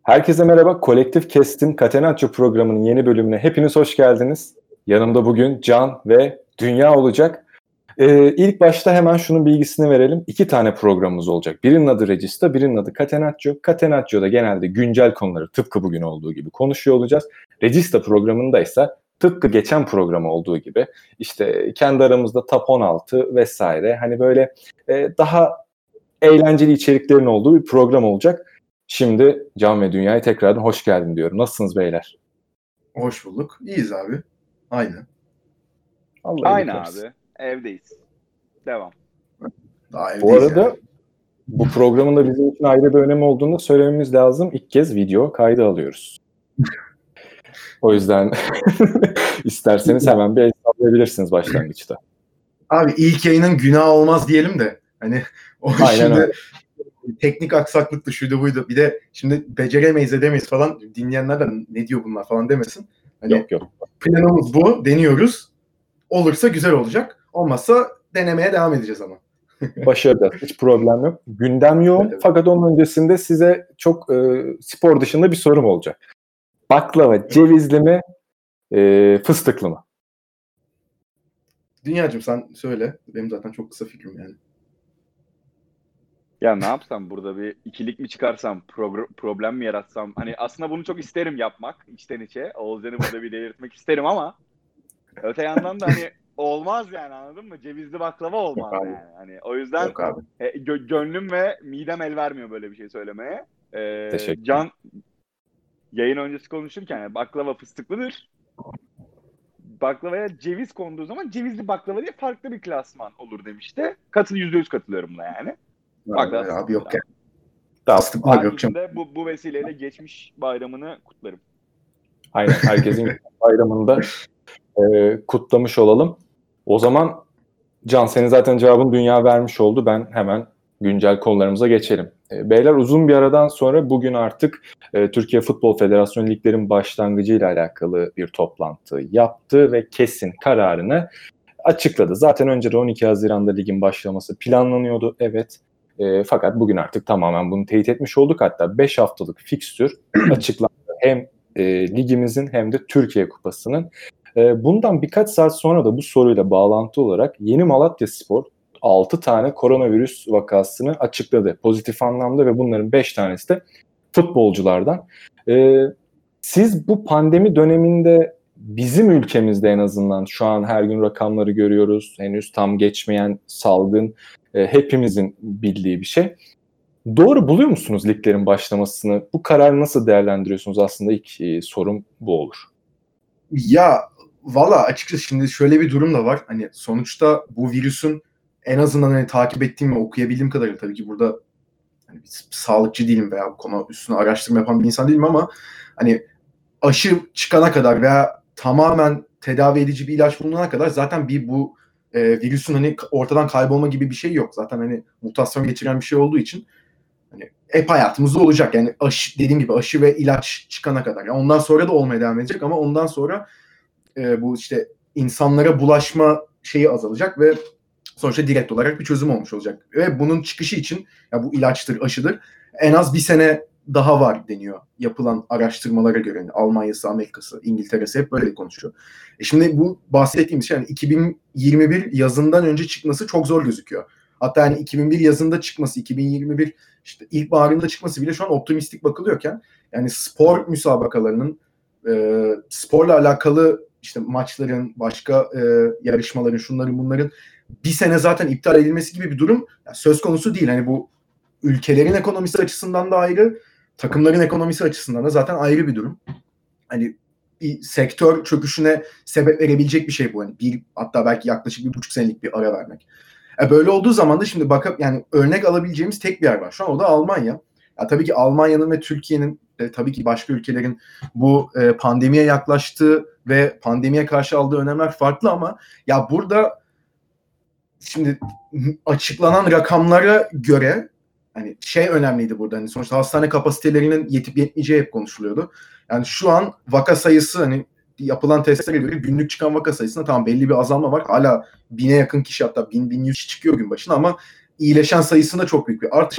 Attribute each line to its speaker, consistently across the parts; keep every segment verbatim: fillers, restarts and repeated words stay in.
Speaker 1: Herkese merhaba. Kolektif Kestim Catenaccio programının yeni bölümüne hepiniz hoş geldiniz. Yanımda bugün Can ve Dünya olacak. Ee, ilk başta hemen şunun bilgisini verelim. İki tane programımız olacak. Birinin adı Regista, birinin adı Catenaccio. Catenaccio'da genelde güncel konuları tıpkı bugün olduğu gibi konuşuyor olacağız. Regista programında ise tıpkı geçen programı olduğu gibi işte kendi aramızda top on altı vesaire hani böyle e, daha eğlenceli içeriklerin olduğu bir program olacak. Şimdi Can ve Dünya'ya tekrardan hoş geldin diyorum. Nasılsınız beyler?
Speaker 2: Hoş bulduk. İyiyiz abi. Aynı.
Speaker 3: Allah Aynı abi. Evdeyiz. Devam.
Speaker 2: Daha evdeyiz
Speaker 1: bu arada
Speaker 2: yani.
Speaker 1: Bu programın da bizim için ayrı bir önemi olduğunu söylememiz lazım. İlk kez video kaydı alıyoruz. O yüzden isterseniz hemen bir el sallayabilirsiniz başlangıçta.
Speaker 2: Abi ilk yayının günah olmaz diyelim de hani o
Speaker 1: Aynen
Speaker 2: şimdi
Speaker 1: öyle.
Speaker 2: Teknik aksaklıktı, şuydu buydu. Bir de şimdi beceremeyiz edemeyiz falan, dinleyenler de ne diyor bunlar falan demesin. Hani
Speaker 1: Yok yok.
Speaker 2: Planımız bu. Deniyoruz. Olursa güzel olacak. Olmazsa denemeye devam edeceğiz ama.
Speaker 1: Başaracağız. Hiç problem yok. Gündem yoğun.
Speaker 2: Evet, evet.
Speaker 1: Fakat onun öncesinde size çok e, spor dışında bir sorum olacak. Baklava cevizli mi, e, fıstıklı mı?
Speaker 2: Dünyacığım sen söyle. Benim zaten çok kısa fikrim yani.
Speaker 3: Ya ne yapsam burada, bir ikilik mi çıkarsam, progr- problem mi yaratsam? Hani aslında bunu çok isterim yapmak içten içe. Oğuzcan'ı burada bir delirtmek isterim ama öte yandan da hani olmaz yani, anladın mı? Cevizli baklava olmaz
Speaker 2: Yok abi.
Speaker 3: yani. Hani o yüzden
Speaker 2: Yok abi.
Speaker 3: e, gö- gönlüm ve midem el vermiyor böyle bir şey söylemeye. Ee,
Speaker 1: Teşekkür
Speaker 3: Can yayın öncesi konuşurken yani baklava fıstıklıdır. Baklavaya ceviz konduğu zaman cevizli baklava diye farklı bir klasman olur demişti. Katıl yüzde yüz katılıyorum buna yani. Baklava
Speaker 2: Abi, abi
Speaker 3: fıstıklı
Speaker 2: yok
Speaker 3: abi.
Speaker 2: yani.
Speaker 1: Tamam.
Speaker 2: Fıstık var yok canım.
Speaker 3: Herkesin de bu, bu vesileyle geçmiş bayramını kutlarım.
Speaker 1: Aynen. Herkesin bayramında e, kutlamış olalım. O zaman Can, senin zaten cevabın Dünya vermiş oldu. Ben hemen güncel konularımıza geçelim. E, beyler, uzun bir aradan sonra bugün artık e, Türkiye Futbol Federasyonu liglerin başlangıcıyla alakalı bir toplantı yaptı ve kesin kararını açıkladı. Zaten önce de on iki Haziran'da ligin başlaması planlanıyordu. Evet. E, fakat bugün artık tamamen bunu teyit etmiş olduk. Hatta beş haftalık fikstür açıklandı. Hem e, ligimizin hem de Türkiye Kupası'nın. E, bundan birkaç saat sonra da bu soruyla bağlantı olarak Yeni Malatyaspor altı tane koronavirüs vakasını açıkladı. Pozitif anlamda ve bunların beş tanesi de futbolculardan. E, siz bu pandemi döneminde bizim ülkemizde en azından şu an her gün rakamları görüyoruz. Henüz tam geçmeyen salgın e, hepimizin bildiği bir şey. Doğru buluyor musunuz liglerin başlamasını? Bu kararı nasıl değerlendiriyorsunuz? Aslında ilk e, sorum bu olur.
Speaker 2: Ya valla açıkçası şimdi şöyle bir durum da var. Hani sonuçta bu virüsün en azından hani takip ettiğim ve okuyabildiğim kadarıyla, tabii ki burada hani bir sağlıkçı değilim veya bu konu üstüne araştırma yapan bir insan değilim ama hani aşı çıkana kadar veya tamamen tedavi edici bir ilaç bulunana kadar zaten bir bu e, virüsün hani ortadan kaybolma gibi bir şey yok. Zaten hani mutasyon geçiren bir şey olduğu için hani hep hayatımızda olacak. Yani aşı, dediğim gibi aşı ve ilaç çıkana kadar. Yani ondan sonra da olmaya devam edecek ama ondan sonra e, bu işte insanlara bulaşma şeyi azalacak ve sonuçta direkt olarak bir çözüm olmuş olacak. Ve bunun çıkışı için ya bu ilaçtır, aşıdır, en az bir sene daha var deniyor yapılan araştırmalara göre. Yani Almanya'sı, Amerika'sı, İngiltere'si hep böyle konuşuyor. E şimdi bu bahsettiğim şey yani iki bin yirmi bir yazından önce çıkması çok zor gözüküyor. Hatta yani iki bin bir yazında çıkması, iki bin yirmi bir işte ilkbaharında çıkması bile şu an optimistik bakılıyorken yani spor müsabakalarının, e, sporla alakalı işte maçların, başka e, yarışmaların, şunların bunların bir sene zaten iptal edilmesi gibi bir durum yani söz konusu değil. Hani bu ülkelerin ekonomisi açısından da ayrı, takımların ekonomisi açısından da zaten ayrı bir durum. Hani bir sektör çöküşüne sebep verebilecek bir şey bu. Hani bir, hatta belki yaklaşık bir buçuk senelik bir ara vermek. E böyle olduğu zaman da şimdi bakıp yani örnek alabileceğimiz tek bir yer var. Şu an o da Almanya. Ya tabii ki Almanya'nın ve Türkiye'nin e, tabii ki başka ülkelerin bu e, pandemiye yaklaştığı ve pandemiye karşı aldığı önlemler farklı ama ya burada şimdi açıklanan rakamlara göre hani şey önemliydi burada. Hani sonuçta hastane kapasitelerinin yetip yetmeyeceği hep konuşuluyordu. Yani şu an vaka sayısı hani yapılan testlere göre günlük çıkan vaka sayısında tamam belli bir azalma var. Hala bine yakın kişi, hatta bin bin yüz çıkıyor gün başına ama iyileşen sayısında çok büyük bir artış var.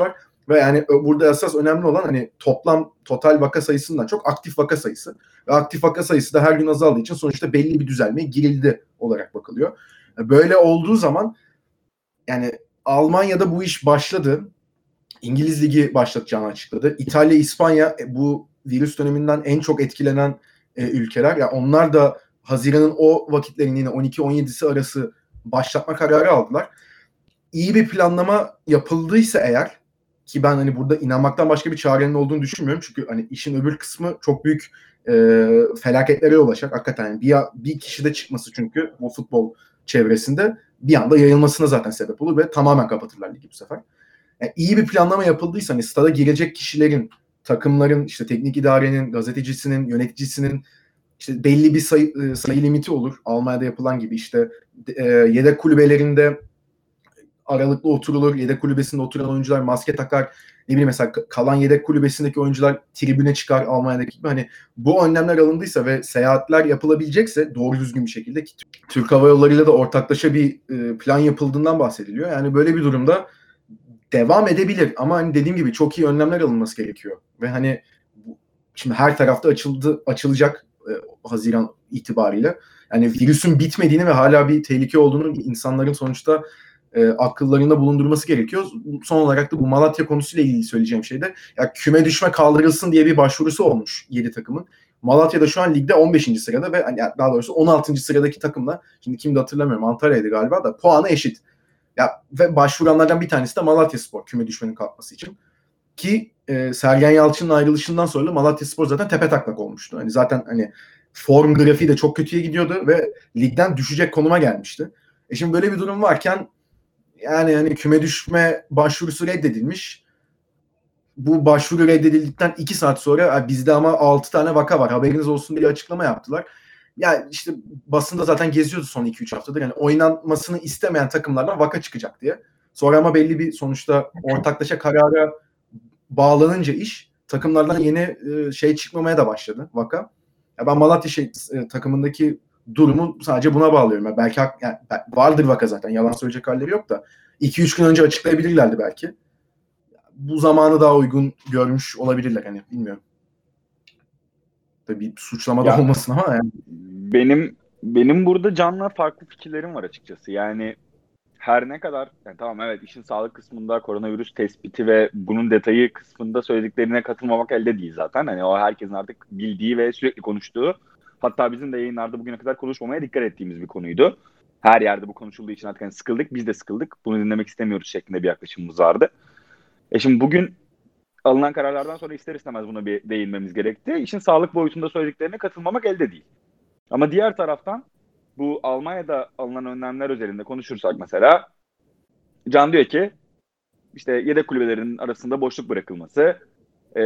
Speaker 2: Ve yani burada esas önemli olan hani toplam total vaka sayısından çok aktif vaka sayısı. Ve aktif vaka sayısı da her gün azaldığı için sonuçta belli bir düzelmeye girildi olarak bakılıyor. Böyle olduğu zaman yani Almanya'da bu iş başladı. İngiliz Ligi başlatacağını açıkladı. İtalya, İspanya bu virüs döneminden en çok etkilenen e, ülkeler. Ya yani onlar da Haziran'ın o vakitlerinin yine on iki on yedisi arası başlatma kararı aldılar. İyi bir planlama yapıldıysa eğer, ki ben hani burada inanmaktan başka bir çarenin olduğunu düşünmüyorum. Çünkü hani işin öbür kısmı çok büyük e, felaketlere yol açacak. Hakikaten bir, bir kişide çıkması çünkü bu futbol çevresinde bir anda yayılmasına zaten sebep olur ve tamamen kapatırlar ligi bu sefer. Yani iyi bir planlama yapıldıysa hani stada girecek kişilerin, takımların, işte teknik idarenin, gazetecisinin, yöneticisinin işte belli bir sayı, sayı limiti olur. Almanya'da yapılan gibi işte e, yedek kulübelerinde aralıklı oturulur. Yedek kulübesinde oturan oyuncular maske takar. Ne bileyim mesela kalan yedek kulübesindeki oyuncular tribüne çıkar Almanya'daki gibi. Hani bu önlemler alındıysa ve seyahatler yapılabilecekse doğru düzgün bir şekilde, ki Türk Hava Yolları'yla da ortaklaşa bir plan yapıldığından bahsediliyor. Yani böyle bir durumda devam edebilir ama hani dediğim gibi çok iyi önlemler alınması gerekiyor. Ve hani şimdi her tarafta açıldı açılacak e, Haziran itibariyle. Yani virüsün bitmediğini ve hala bir tehlike olduğunu insanların sonuçta e, akıllarında bulundurması gerekiyor. Son olarak da bu Malatya konusuyla ilgili söyleyeceğim şey de ya küme düşme kaldırılsın diye bir başvurusu olmuş yedi takımın. Malatya'da şu an ligde on beşinci sırada ve hani daha doğrusu on altıncı sıradaki takımla, şimdi kimdi hatırlamıyorum, Antalya'ydı galiba, da puanı eşit. Ya ve başvuranlardan bir tanesi de Malatyaspor küme düşmenin kalkması için. Ki e, Sergen Yalçın'ın ayrılışından sonra Malatyaspor zaten tepetaklak olmuştu. Hani zaten hani form grafiği de çok kötüye gidiyordu ve ligden düşecek konuma gelmişti. E şimdi böyle bir durum varken yani hani küme düşme başvurusu reddedilmiş. Bu başvuru reddedildikten iki saat sonra bizde ama altı tane vaka var, haberiniz olsun diye açıklama yaptılar. Ya işte basında zaten geziyordu son iki üç haftadır. Yani oynanmasını istemeyen takımlardan vaka çıkacak diye. Sonra ama belli bir sonuçta ortaklaşa karara bağlanınca iş, takımlardan yeni şey çıkmamaya da başladı vaka. Ya ben Malatya şey, takımındaki durumu sadece buna bağlıyorum. Yani belki yani vardır vaka zaten. Yalan söyleyecek halleri yok da iki üç gün önce açıklayabilirlerdi belki. Bu zamanı daha uygun görmüş olabilirler, hani bilmiyorum. Tabii bir suçlama da olmasın ama yani.
Speaker 3: Benim benim burada Can'la farklı fikirlerim var açıkçası. Yani her ne kadar yani tamam evet işin sağlık kısmında koronavirüs tespiti ve bunun detayı kısmında söylediklerine katılmamak elde değil zaten. Hani o herkesin artık bildiği ve sürekli konuştuğu, hatta bizim de yayınlarda bugüne kadar konuşmamaya dikkat ettiğimiz bir konuydu. Her yerde bu konuşulduğu için artık hani sıkıldık, biz de sıkıldık. Bunu dinlemek istemiyoruz şeklinde bir yaklaşımımız vardı. E şimdi bugün alınan kararlardan sonra ister istemez buna bir değinmemiz gerekti. İşin sağlık boyutunda söylediklerine katılmamak elde değil. Ama diğer taraftan bu Almanya'da alınan önlemler üzerinde konuşursak mesela Can diyor ki işte yedek kulübelerinin arasında boşluk bırakılması, e,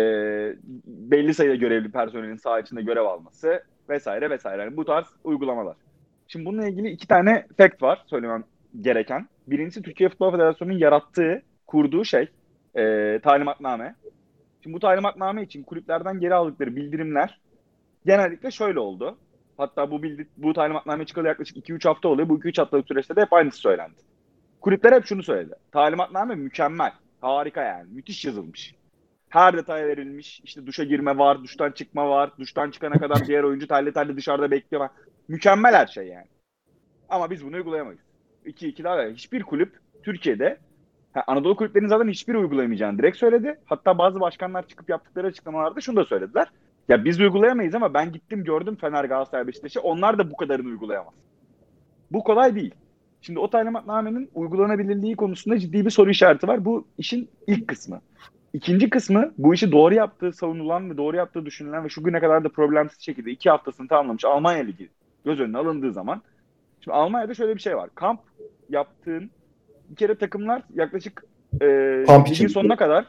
Speaker 3: belli sayıda görevli personelin saha içinde görev alması vesaire vesaire. Yani bu tarz uygulamalar. Şimdi bununla ilgili iki tane fact var söylemem gereken. Birincisi Türkiye Futbol Federasyonu'nun yarattığı, kurduğu şey e, talimatname. Şimdi bu talimatname için kulüplerden geri aldıkları bildirimler genellikle şöyle oldu. Hatta bu bildi, bu talimatname çıkalı yaklaşık iki üç hafta oluyor. Bu iki üç haftalık süreçte de hep aynısı söylendi. Kulüpler hep şunu söyledi. Talimatname mükemmel, harika yani, müthiş yazılmış. Her detay verilmiş. İşte duşa girme var, duştan çıkma var. Duştan çıkana kadar diğer oyuncu terli terli dışarıda bekliyor. Mükemmel her şey yani. Ama biz bunu uygulayamayız. iki iki daha hiçbir kulüp Türkiye'de, ha, Anadolu kulüplerinin zaten hiçbir uygulayamayacağını direkt söyledi. Hatta bazı başkanlar çıkıp yaptıkları açıklamalarda şunu da söylediler. Ya biz uygulayamayız ama ben gittim gördüm Fener, Galatasaray, Beşiktaş'ı, onlar da bu kadarını uygulayamaz. Bu kolay değil. Şimdi o talimatnamenin uygulanabilirliği konusunda ciddi bir soru işareti var. Bu işin ilk kısmı. İkinci kısmı, bu işi doğru yaptığı savunulan ve doğru yaptığı düşünülen ve şu güne kadar da problemsiz şekilde iki haftasını tamamlamış Almanya Ligi göz önüne alındığı zaman, şimdi Almanya'da şöyle bir şey var. Kamp yaptığın bir kere takımlar yaklaşık e, ligin sonuna kadar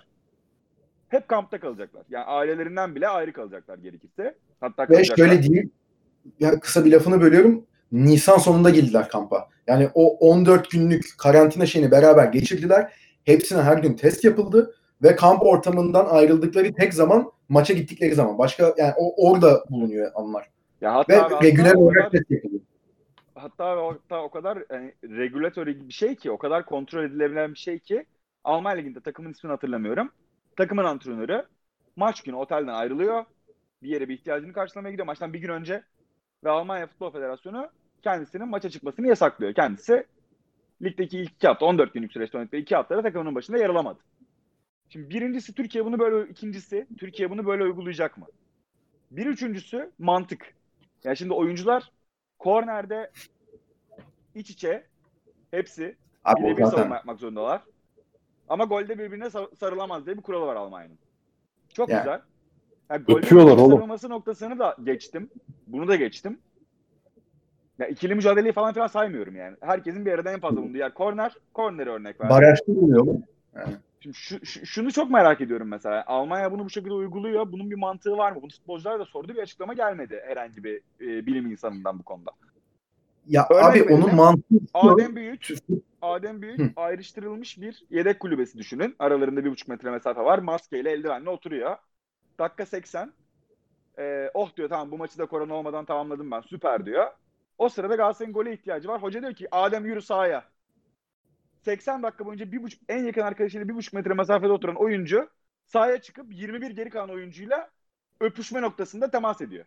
Speaker 3: hep kampta kalacaklar. Yani ailelerinden bile ayrı kalacaklar gerekirse. Hatta
Speaker 2: ve şöyle diyeyim, ya kısa bir lafını bölüyorum. Nisan sonunda girdiler kampa. Yani o on dört günlük karantina şeyini beraber geçirdiler. Hepsine her gün test yapıldı ve kamp ortamından ayrıldıkları tek zaman maça gittikleri zaman. Başka yani o orada bulunuyor onlar.
Speaker 3: Ya hatta
Speaker 2: ve regüler olarak test yapılıyor.
Speaker 3: Hatta hatta o kadar yani regülatör bir şey ki, o kadar kontrol edilebilen bir şey ki, Alman Ligi'nde takımın ismini hatırlamıyorum. takımın antrenörü maç günü otelden ayrılıyor. Bir yere bir ihtiyacını karşılamaya gidiyor maçtan bir gün önce. Ve Almanya Futbol Federasyonu kendisinin maça çıkmasını yasaklıyor. Kendisi ligdeki ilk iki hafta, on dört günlük süreçte oynadığı iki haftada takımının başında yer alamadı. Şimdi birincisi Türkiye bunu böyle, ikincisi Türkiye bunu böyle uygulayacak mı? Bir üçüncüsü mantık. Yani şimdi oyuncular kornerde iç içe hepsi
Speaker 2: Abi o
Speaker 3: birebir
Speaker 2: zaten
Speaker 3: savunma yapmak zorundalar. Ama golde birbirine sarılamaz diye bir kuralı var Almanya'nın. Çok
Speaker 2: yani.
Speaker 3: güzel. Yani golde
Speaker 1: Öpüyorlar
Speaker 3: birbirine
Speaker 1: oğlum.
Speaker 3: sarılması noktasını da geçtim. Bunu da geçtim. Ya ikili mücadeleyi falan filan saymıyorum yani. Herkesin bir arada en fazla bulunduğu yer korner. Korneri örnek verdim.
Speaker 2: Barajda oluyor oğlum. Yani.
Speaker 3: Şimdi şu, şu, şunu çok merak ediyorum mesela. Almanya bunu bu şekilde uyguluyor. Bunun bir mantığı var mı? Bunu futbolcular da sordu. Bir açıklama gelmedi herhangi bir e, bilim insanından bu konuda.
Speaker 2: Ya
Speaker 3: Örnek
Speaker 2: abi
Speaker 3: verelim.
Speaker 2: onun mantığı
Speaker 3: Adem Büyük, Adem Büyük Hı. ayrıştırılmış bir yedek kulübesi düşünün. Aralarında bir buçuk metre mesafe var. Maskeyle, eldivenle oturuyor. Dakika seksen. E, oh diyor tamam bu maçı da korona olmadan tamamladım ben. Süper diyor. O sırada Galatasaray'ın gole ihtiyacı var. Hoca diyor ki Adem yürü sahaya. seksen dakika boyunca bir buçuk, en yakın arkadaşıyla bir buçuk metre mesafede oturan oyuncu sahaya çıkıp yirmi bir geri kalan oyuncuyla öpüşme noktasında temas ediyor.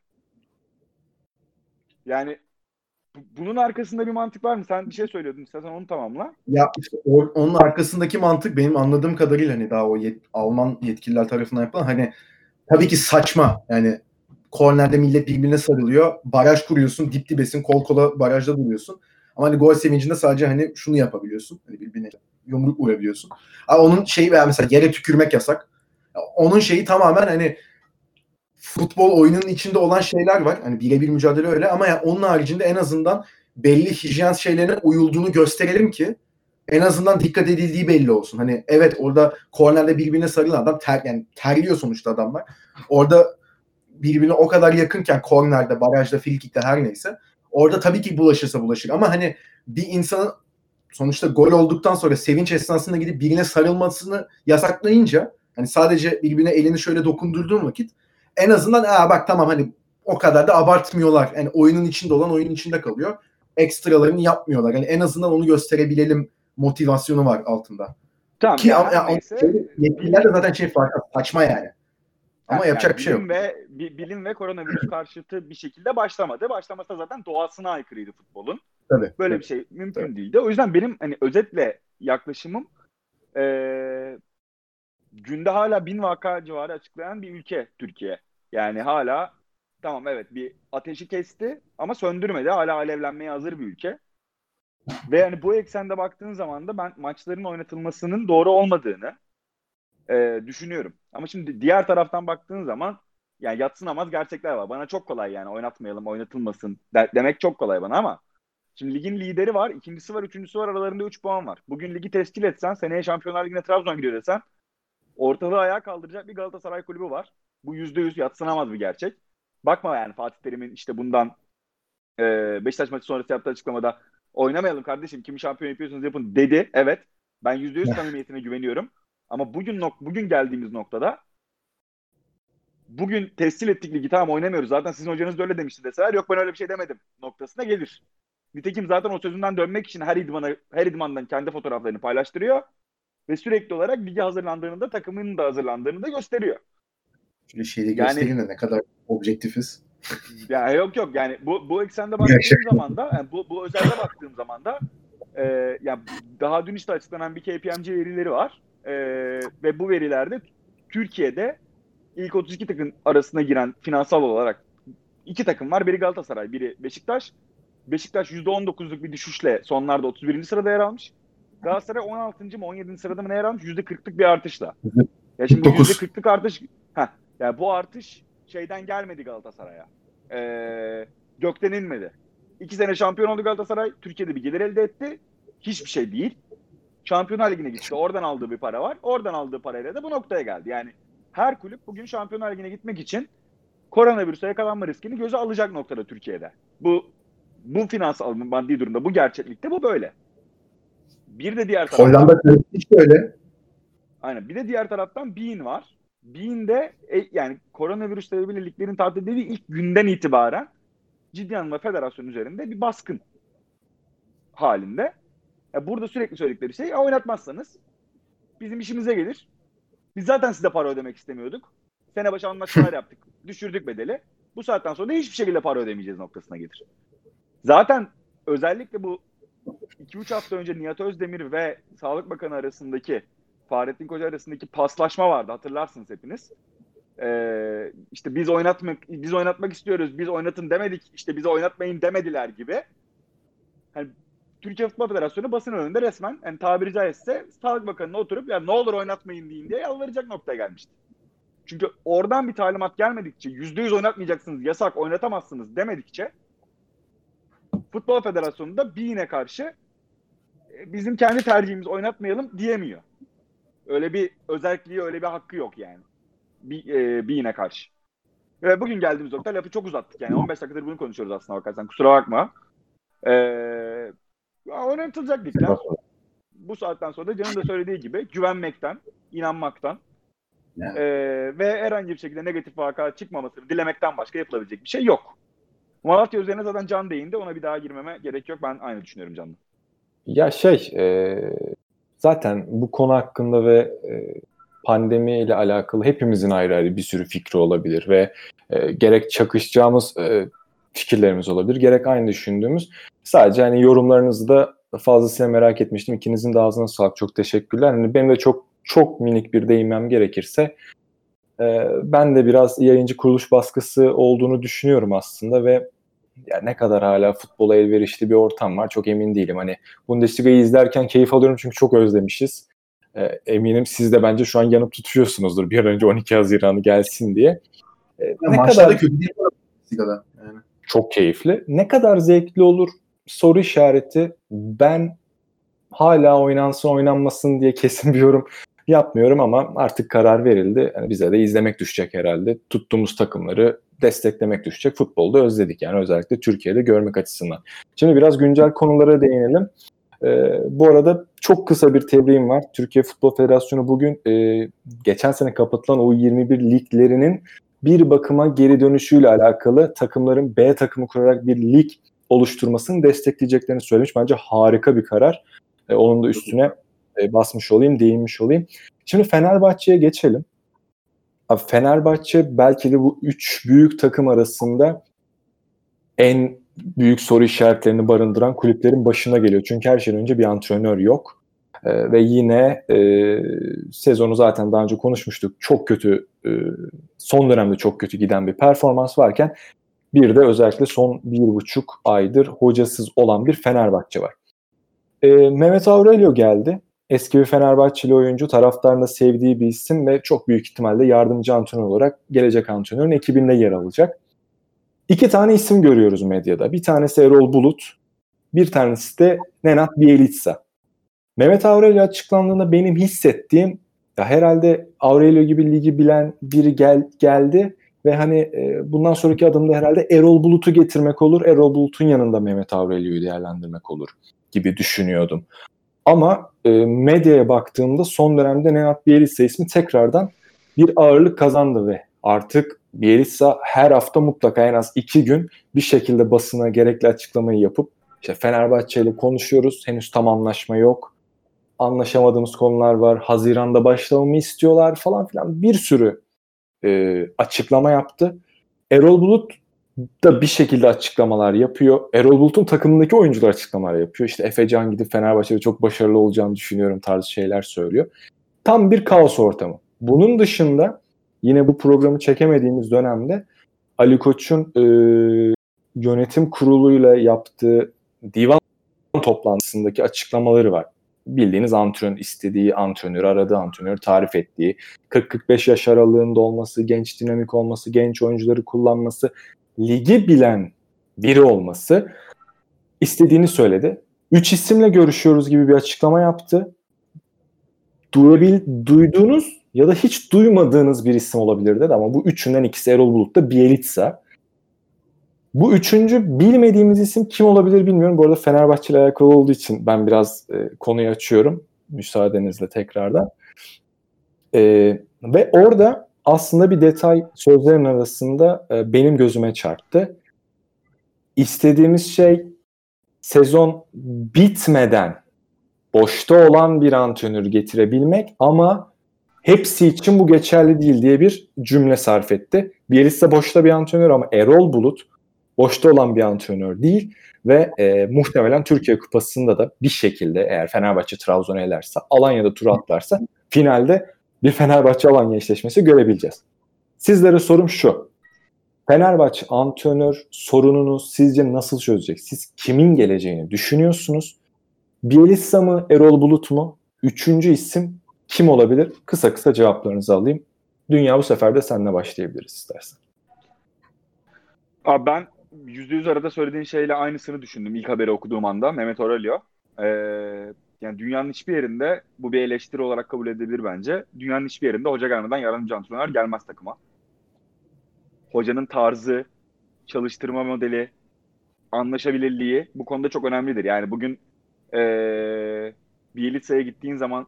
Speaker 3: Yani bunun arkasında bir mantık var mı? Sen bir şey söylüyordun. İstersen onu tamamla.
Speaker 2: Ya işte o, onun arkasındaki mantık benim anladığım kadarıyla hani daha o yet, Alman yetkililer tarafından yapılan hani tabii ki saçma. Yani kornerde millet birbirine sarılıyor. Baraj kuruyorsun. Dip dibesin. Kol kola barajda duruyorsun. Ama hani gol sevincinde sadece hani şunu yapabiliyorsun. Hani birbirine yumruk vurabiliyorsun. Ama onun şeyi veya mesela yere tükürmek yasak. Onun şeyi tamamen hani futbol oyununun içinde olan şeyler var. Hani birebir mücadele öyle ama yani onun haricinde en azından belli hijyen şeylerine uyulduğunu gösterelim ki en azından dikkat edildiği belli olsun. Hani evet orada kornerde birbirine sarılan adam ter, yani terliyor sonuçta adamlar. Orada birbirine o kadar yakınken kornerde, barajda, frikikte her neyse orada tabii ki bulaşırsa bulaşır ama hani bir insanın sonuçta gol olduktan sonra sevinç esnasında gidip birine sarılmasını yasaklayınca hani sadece birbirine elini şöyle dokundurduğun vakit en azından aa bak tamam hani o kadar da abartmıyorlar. Yani oyunun içinde olan oyunun içinde kalıyor. Ekstralarını yapmıyorlar. Yani en azından onu gösterebilelim motivasyonu var altında.
Speaker 3: Tamam
Speaker 2: Ki
Speaker 3: yani
Speaker 2: ya,
Speaker 3: neyse.
Speaker 2: yetkililer de zaten şey farklı. Saçma yani. Ama
Speaker 3: yani
Speaker 2: yapacak
Speaker 3: yani
Speaker 2: bir şey yok.
Speaker 3: Bilim ve bilim ve koronavirüs karşıtı bir şekilde başlamadı. Başlamasa zaten doğasına aykırıydı futbolun.
Speaker 2: Tabii.
Speaker 3: Böyle
Speaker 2: tabii.
Speaker 3: bir şey mümkün
Speaker 2: tabii.
Speaker 3: değildi. O yüzden benim hani özetle yaklaşımım ee, günde hala bin vaka civarı açıklayan bir ülke Türkiye. Yani hala tamam evet bir ateşi kesti ama söndürmedi. Hala alevlenmeye hazır bir ülke. Ve yani bu eksende baktığın zaman da ben maçların oynatılmasının doğru olmadığını e, düşünüyorum. Ama şimdi diğer taraftan baktığın zaman yani yadsınamaz gerçekler var. Bana çok kolay yani oynatmayalım, oynatılmasın de- demek çok kolay bana ama şimdi ligin lideri var, ikincisi var, üçüncüsü var, aralarında üç puan var. Bugün ligi tescil etsen, seneye Şampiyonlar Ligi'ne Trabzon gidiyor desen ortalığı ayağa kaldıracak bir Galatasaray kulübü var. Bu yüzde yüz yadsınamaz bir gerçek. Bakma yani Fatih Terim'in işte bundan e, Beşiktaş maçı sonrası yaptığı açıklamada oynamayalım kardeşim kimi şampiyon yapıyorsunuz yapın dedi. Evet ben yüzde yüz samimiyetine güveniyorum. Ama bugün nok bugün geldiğimiz noktada bugün tescil ettik ligi tamam oynamıyoruz. Zaten sizin hocanız da öyle demişti deseler yok ben öyle bir şey demedim noktasına gelir. Nitekim zaten o sözünden dönmek için her idmana, her idmandan kendi fotoğraflarını paylaştırıyor. Ve sürekli olarak lige hazırlandığını da takımının da hazırlandığını da gösteriyor.
Speaker 2: Şöyle şeyi
Speaker 3: Yani-
Speaker 2: göstereyim de ne kadar objektifiz.
Speaker 3: Ya yok yok yani bu bu eksende baktığım zaman da yani bu bu özelde baktığım zaman da e, yani daha dün işte açıklanan bir K P M G verileri var. E, ve bu verilerde Türkiye'de ilk otuz iki takım arasına giren finansal olarak iki takım var. Biri Galatasaray, biri Beşiktaş. Beşiktaş yüzde on dokuzluk bir düşüşle sonlarda otuz birinci sırada yer almış. Galatasaray on altıncı mı on yedinci sırada mı ne yer almış? yüzde kırklık bir artışla. Ya şimdi bu yüzde kırklık artış heh, yani bu artış şeyden gelmedi Galatasaray'a. Ee, gökten inmedi. İki sene şampiyon oldu Galatasaray. Türkiye'de bir gelir elde etti. Hiçbir şey değil. Şampiyonlar Ligi'ne gitti. Oradan aldığı bir para var. Oradan aldığı parayla da bu noktaya geldi. Yani her kulüp bugün Şampiyonlar Ligi'ne gitmek için koronavirüse yakalanma riskini göze alacak noktada Türkiye'de. Bu bu finansal maddi durumda, bu gerçeklikte bu böyle. Bir de diğer taraftan
Speaker 2: Hollanda hiç öyle.
Speaker 3: aynen. Bir de diğer taraftan Bein var. Bein de e, yani koronavirüs sebebiyle liglerin tatil edildiği ilk günden itibaren ciddi anlamda federasyon üzerinde bir baskın halinde. Ya burada sürekli söyledikleri şey ya oynatmazsanız bizim işimize gelir. Biz zaten size para ödemek istemiyorduk. Sene başı anlaşmalar yaptık. Düşürdük bedeli. Bu saatten sonra da hiçbir şekilde para ödemeyeceğiz noktasına gelir. Zaten özellikle bu iki üç hafta önce Nihat Özdemir ve Sağlık Bakanı arasındaki, Fahrettin Koca arasındaki paslaşma vardı, hatırlarsınız hepiniz. Ee, işte biz oynatmak biz oynatmak istiyoruz, biz oynatın demedik, işte bize oynatmayın demediler gibi. Yani Türkiye Futbol Federasyonu basın önünde resmen, yani tabiri caizse Sağlık Bakanı'na oturup ya ne olur oynatmayın deyin diye yalvaracak noktaya gelmişti. Çünkü oradan bir talimat gelmedikçe, yüzde yüz oynatmayacaksınız, yasak, oynatamazsınız demedikçe Futbol Federasyonu da BİİN'e karşı bizim kendi tercihimiz oynatmayalım diyemiyor. Öyle bir özelliği, öyle bir hakkı yok yani. BİİN'e karşı. Ve bugün geldiğimiz nokta, lafı çok uzattık yani. on beş dakikadır bunu konuşuyoruz aslında bakarsan. Kusura bakma. Ee, oynatılacak ligler. Bu saatten sonra da Can'ın da söylediği gibi güvenmekten, inanmaktan
Speaker 2: Yani.
Speaker 3: e, ve herhangi bir şekilde negatif vaka çıkmamasını dilemekten başka yapılabilecek bir şey yok. Malatya üzerine zaten Can değindi. Ona bir daha girmeme gerek yok. Ben aynı düşünüyorum Can'la.
Speaker 1: Ya şey, e, zaten bu konu hakkında ve e, pandemi ile alakalı hepimizin ayrı ayrı bir sürü fikri olabilir ve e, gerek çakışacağımız e, fikirlerimiz olabilir, gerek aynı düşündüğümüz. Sadece hani yorumlarınızı da fazlasıyla merak etmiştim. İkinizin de ağzına sağlık. Çok teşekkürler. Yani benim de çok çok minik bir değinmem gerekirse, e, ben de biraz yayıncı kuruluş baskısı olduğunu düşünüyorum aslında ve ya ne kadar hala futbola elverişli bir ortam var çok emin değilim. Hani Bundesliga'yı izlerken keyif alıyorum çünkü çok özlemişiz. E, eminim siz de bence şu an yanıp tutuyorsunuzdur bir an önce on iki Haziran'ı gelsin diye. E, ne kadar
Speaker 2: kötü değil Bundesliga'da yani.
Speaker 1: Çok keyifli. Ne kadar zevkli olur soru işareti. Ben hala oynansın oynanmasın diye kesin bir yorum yapmıyorum ama artık karar verildi. Yani bize de izlemek düşecek herhalde. Tuttuğumuz takımları desteklemek düşecek. Futbolda özledik yani, özellikle Türkiye'de görmek açısından. Şimdi biraz güncel konulara değinelim. Ee, bu arada çok kısa bir tebliğim var. Türkiye Futbol Federasyonu bugün e, geçen sene kapatılan U yirmi bir liglerinin bir bakıma geri dönüşüyle alakalı takımların B takımı kurarak bir lig oluşturmasını destekleyeceklerini söylemiş. Bence harika bir karar. E, onun da üstüne e, basmış olayım, değinmiş olayım. Şimdi Fenerbahçe'ye geçelim. Abi Fenerbahçe belki de bu üç büyük takım arasında en büyük soru işaretlerini barındıran kulüplerin başına geliyor. Çünkü her şeyden önce bir antrenör yok. Ee, ve yine e, sezonu zaten daha önce konuşmuştuk. Çok kötü, e, son dönemde çok kötü giden bir performans varken bir de özellikle son bir buçuk aydır hocasız olan bir Fenerbahçe var. E, Mehmet Aurelio geldi. Eski bir Fenerbahçeli oyuncu, taraftarın da sevdiği bir isim ve çok büyük ihtimalle yardımcı antrenör olarak gelecek antrenörün ekibinde yer alacak. İki tane isim görüyoruz medyada. Bir tanesi Erol Bulut, bir tanesi de Nenad Bjelica. Mehmet Aurelio açıklandığında benim hissettiğim, ya herhalde Aurelio gibi ligi bilen biri gel, geldi ve hani e, bundan sonraki adımda herhalde Erol Bulut'u getirmek olur. Erol Bulut'un yanında Mehmet Aurelio'yu değerlendirmek olur gibi düşünüyordum. Ama e, medyaya baktığımda son dönemde Nenad Bjelica ismi tekrardan bir ağırlık kazandı ve artık Bjelica her hafta mutlaka en az iki gün bir şekilde basına gerekli açıklamayı yapıp işte Fenerbahçe ile konuşuyoruz. Henüz tam anlaşma yok. Anlaşamadığımız konular var. Haziran'da başlamamı istiyorlar falan filan. Bir sürü e, açıklama yaptı. Erol Bulut da bir şekilde açıklamalar yapıyor. Erol Bulut'un takımındaki oyuncular açıklamalar yapıyor. İşte Efecan gidip Fenerbahçe'de çok başarılı olacağını düşünüyorum tarzı şeyler söylüyor. Tam bir kaos ortamı. Bunun dışında yine bu programı çekemediğimiz dönemde Ali Koç'un e, yönetim kuruluyla yaptığı divan toplantısındaki açıklamaları var. Bildiğiniz antrenör, istediği antrenörü, aradığı antrenörü tarif ettiği, kırk kırk beş yaş aralığında olması, genç dinamik olması, genç oyuncuları kullanması, ligi bilen biri olması, istediğini söyledi. Üç isimle görüşüyoruz gibi bir açıklama yaptı. Duyabil, duyduğunuz ya da hiç duymadığınız bir isim olabilir dedi ama bu üçünden ikisi Erol Bulut'ta Bjelica. Bu üçüncü bilmediğimiz isim kim olabilir bilmiyorum. Bu arada Fenerbahçe ile alakalı olduğu için ben biraz e, konuyu açıyorum. Müsaadenizle tekrardan. E, ve orada aslında bir detay sözlerin arasında e, benim gözüme çarptı. İstediğimiz şey sezon bitmeden boşta olan bir antrenörü getirebilmek ama hepsi için bu geçerli değil diye bir cümle sarf etti. Bielitsa boşta bir antrenör ama Erol Bulut boşta olan bir antrenör değil ve e, muhtemelen Türkiye Kupası'nda da bir şekilde eğer Fenerbahçe Trabzon'u elerse, Alanya'da turu atlarsa finalde bir Fenerbahçe-Alanya eşleşmesi görebileceğiz. Sizlere sorum şu. Fenerbahçe antrenör sorununu sizce nasıl çözecek? Siz kimin geleceğini düşünüyorsunuz? Bielitsa mı, Erol Bulut mu? Üçüncü isim kim olabilir? Kısa kısa cevaplarınızı alayım. Dünya, bu sefer de seninle başlayabiliriz istersen.
Speaker 3: Abi ben yüzde yüz arada söylediğin şeyle aynısını düşündüm ilk haberi okuduğum anda. Mehmet Aurelio. Ee, yani dünyanın hiçbir yerinde, bu bir eleştiri olarak kabul edilebilir bence. Dünyanın hiçbir yerinde hoca gelmeden yardımcı antrenör gelmez takıma. Hocanın tarzı, çalıştırma modeli, anlaşabilirliği bu konuda çok önemlidir. Yani bugün ee, Bielitsa'ya gittiğin zaman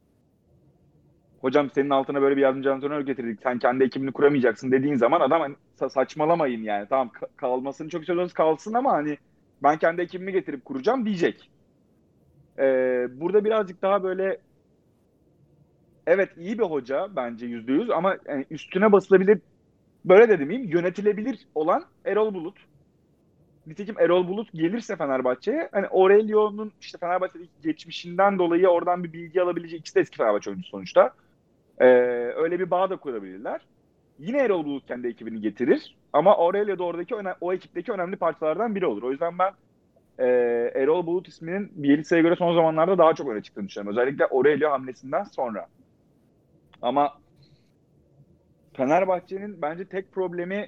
Speaker 3: hocam senin altına böyle bir yardımcı antrenör getirdik, sen kendi ekibini kuramayacaksın dediğin zaman adam hani sa- saçmalamayın yani. Tamam ka- kalmasını çok istiyorsanız kalsın ama hani ben kendi ekibimi getirip kuracağım diyecek. Ee, burada birazcık daha böyle evet iyi bir hoca bence yüzde yüz ama yani üstüne basılabilir, böyle de demeyeyim, yönetilebilir olan Erol Bulut. Nitekim Erol Bulut gelirse Fenerbahçe'ye hani Aurelio'nun işte Fenerbahçe'deki geçmişinden dolayı oradan bir bilgi alabileceği, ikisi de eski Fenerbahçe oyuncusu sonuçta. Ee, öyle bir bağ da kurabilirler. Yine Erol Bulut kendi ekibini getirir ama Aurelio da oradaki öne- o ekipteki önemli parçalardan biri olur. O yüzden ben e, Erol Bulut isminin Bielitsa'ya göre son zamanlarda daha çok öne çıktığını düşünüyorum. Özellikle Aurelio hamlesinden sonra. Ama Fenerbahçe'nin bence tek problemi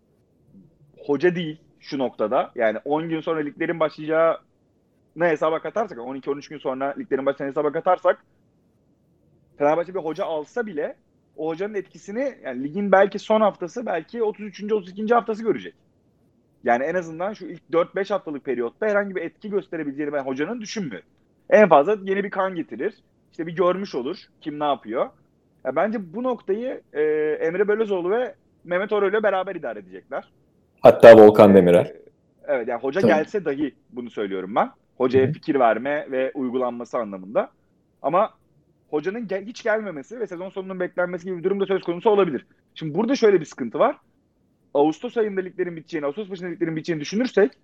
Speaker 3: hoca değil şu noktada. Yani on gün sonra liglerin başlayacağı ne hesaba katarsak, on iki on üç gün sonra liglerin başlayacağını hesaba katarsak Fenerbahçe bir hoca alsa bile o hocanın etkisini yani ligin belki son haftası, belki otuz üçüncü otuz ikinci haftası görecek. Yani en azından şu ilk dört beş haftalık periyotta herhangi bir etki gösterebileceğini ben hocanın düşünmüyorum. En fazla yeni bir kan getirir. İşte bir görmüş olur kim ne yapıyor. Ya bence bu noktayı e, Emre Belözoğlu ve Mehmet Aurelio beraber idare edecekler.
Speaker 1: Hatta Volkan
Speaker 3: E,
Speaker 1: Demirel.
Speaker 3: evet yani hoca
Speaker 2: Tabii.
Speaker 3: gelse dahi bunu söylüyorum ben. Hocaya
Speaker 1: Hı-hı.
Speaker 3: fikir verme ve uygulanması anlamında. Ama hocanın gel- hiç gelmemesi ve sezon sonunun beklenmesi gibi bir durum da söz konusu olabilir. Şimdi burada şöyle bir sıkıntı var. Ağustos ayında liglerin biteceğini, Ağustos başında liglerin biteceğini düşünürsek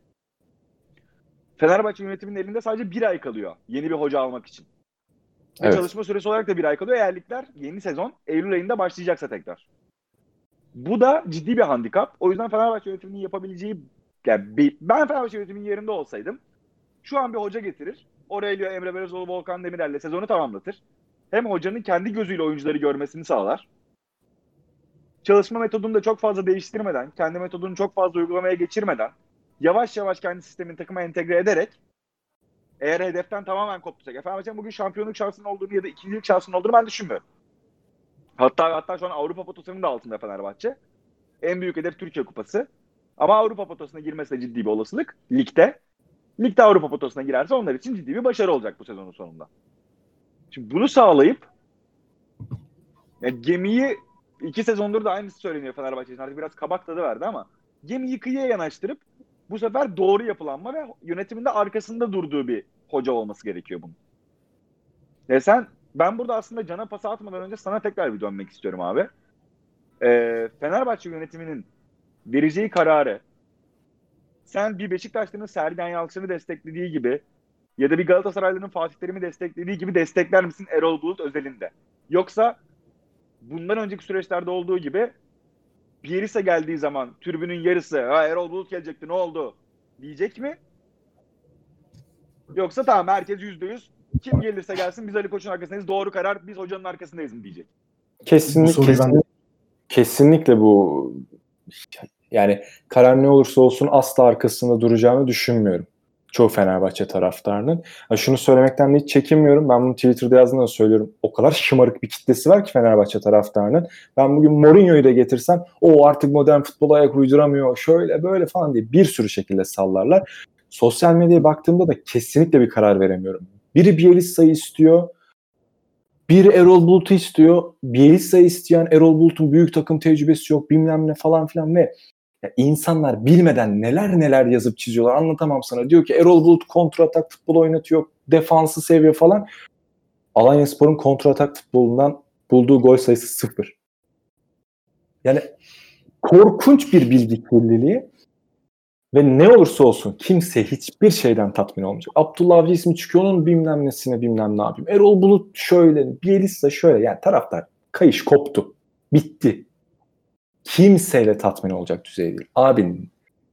Speaker 3: Fenerbahçe yönetiminin elinde sadece bir ay kalıyor yeni bir hoca almak için. Ve
Speaker 1: Evet.
Speaker 3: çalışma süresi olarak da bir ay kalıyor. Eğer ligler yeni sezon Eylül ayında başlayacaksa tekrar. Bu da ciddi bir handikap. O yüzden Fenerbahçe yönetiminin yapabileceği, yani bir- ben Fenerbahçe yönetiminin yerinde olsaydım şu an bir hoca getirir. Aurelio, Emre Belözoğlu, Volkan Demirel'le sezonu tamamlatır. Hem hocanın kendi gözüyle oyuncuları görmesini sağlar. Çalışma metodunu da çok fazla değiştirmeden, kendi metodunu çok fazla uygulamaya geçirmeden, yavaş yavaş kendi sistemini takıma entegre ederek, eğer hedeften tamamen koptuysak, Fenerbahçe'nin bugün şampiyonluk şansının olduğunu ya da ikincilik şansının olduğunu ben düşünmüyorum. Hatta hatta şu an Avrupa potasının da altında Fenerbahçe. En büyük hedef Türkiye Kupası. Ama Avrupa potasına girmesi de ciddi bir olasılık. Ligde. Ligde Avrupa potasına girerse onlar için ciddi bir başarı olacak bu sezonun sonunda. Şimdi bunu sağlayıp yani gemiyi, iki sezondur da aynısı söyleniyor Fenerbahçe için. Artık biraz kabak tadı verdi ama gemiyi kıyıya yanaştırıp bu sefer doğru yapılanma ve yönetiminde arkasında durduğu bir hoca olması gerekiyor bunun. Ya sen, ben burada aslında Can'a pas atmadan önce sana tekrar bir dönmek istiyorum abi. Ee, Fenerbahçe yönetiminin vereceği kararı sen bir Beşiktaşlı'nın Sergen Yalçın'ı desteklediği gibi ya da bir Galatasaraylı'nın Fatih Terim'i desteklediği gibi destekler misin Erol Bulut özelinde? Yoksa bundan önceki süreçlerde olduğu gibi Bielitsa geldiği zaman tribünün yarısı ha Erol Bulut gelecekti ne oldu diyecek mi? Yoksa tamam herkes yüzde yüz kim gelirse gelsin biz Ali Koç'un arkasındayız, doğru karar, biz hocanın arkasındayız mı diyecek.
Speaker 1: Kesinlikle,
Speaker 2: soruyu ben-
Speaker 1: kesinlikle, kesinlikle bu, yani karar ne olursa olsun asla arkasında duracağını düşünmüyorum çoğu Fenerbahçe taraftarının. Ha, şunu söylemekten de hiç çekinmiyorum. Ben bunu Twitter'da yazdığımda da söylüyorum. O kadar şımarık bir kitlesi var ki Fenerbahçe taraftarının. Ben bugün Mourinho'yu da getirsem o artık modern futbola ayak uyduramıyor, şöyle böyle falan diye bir sürü şekilde sallarlar. Sosyal medyaya baktığımda da kesinlikle bir karar veremiyorum. Biri Bielitsa'yı istiyor, biri Erol Bulut'u istiyor. Bielitsa'yı isteyen Erol Bulut'un büyük takım tecrübesi yok bilmem ne falan filan ve ya insanlar bilmeden neler neler yazıp çiziyorlar, anlatamam sana. Diyor ki Erol Bulut kontratak futbol oynatıyor, defansı seviyor falan. Alanyaspor'un kontratak futbolundan Bulduğu gol sayısı sıfır. Yani korkunç bir bilgi kirliliği ve ne olursa olsun kimse hiçbir şeyden tatmin olmayacak. Abdullah Avcı ismi çıkıyor, onun bilmem nesine bilmem ne yapayım. Erol Bulut şöyle, Bielitsa şöyle. Yani taraftar kayış koptu. Bitti. Kimseyle tatmin olacak düzey değil. Abinin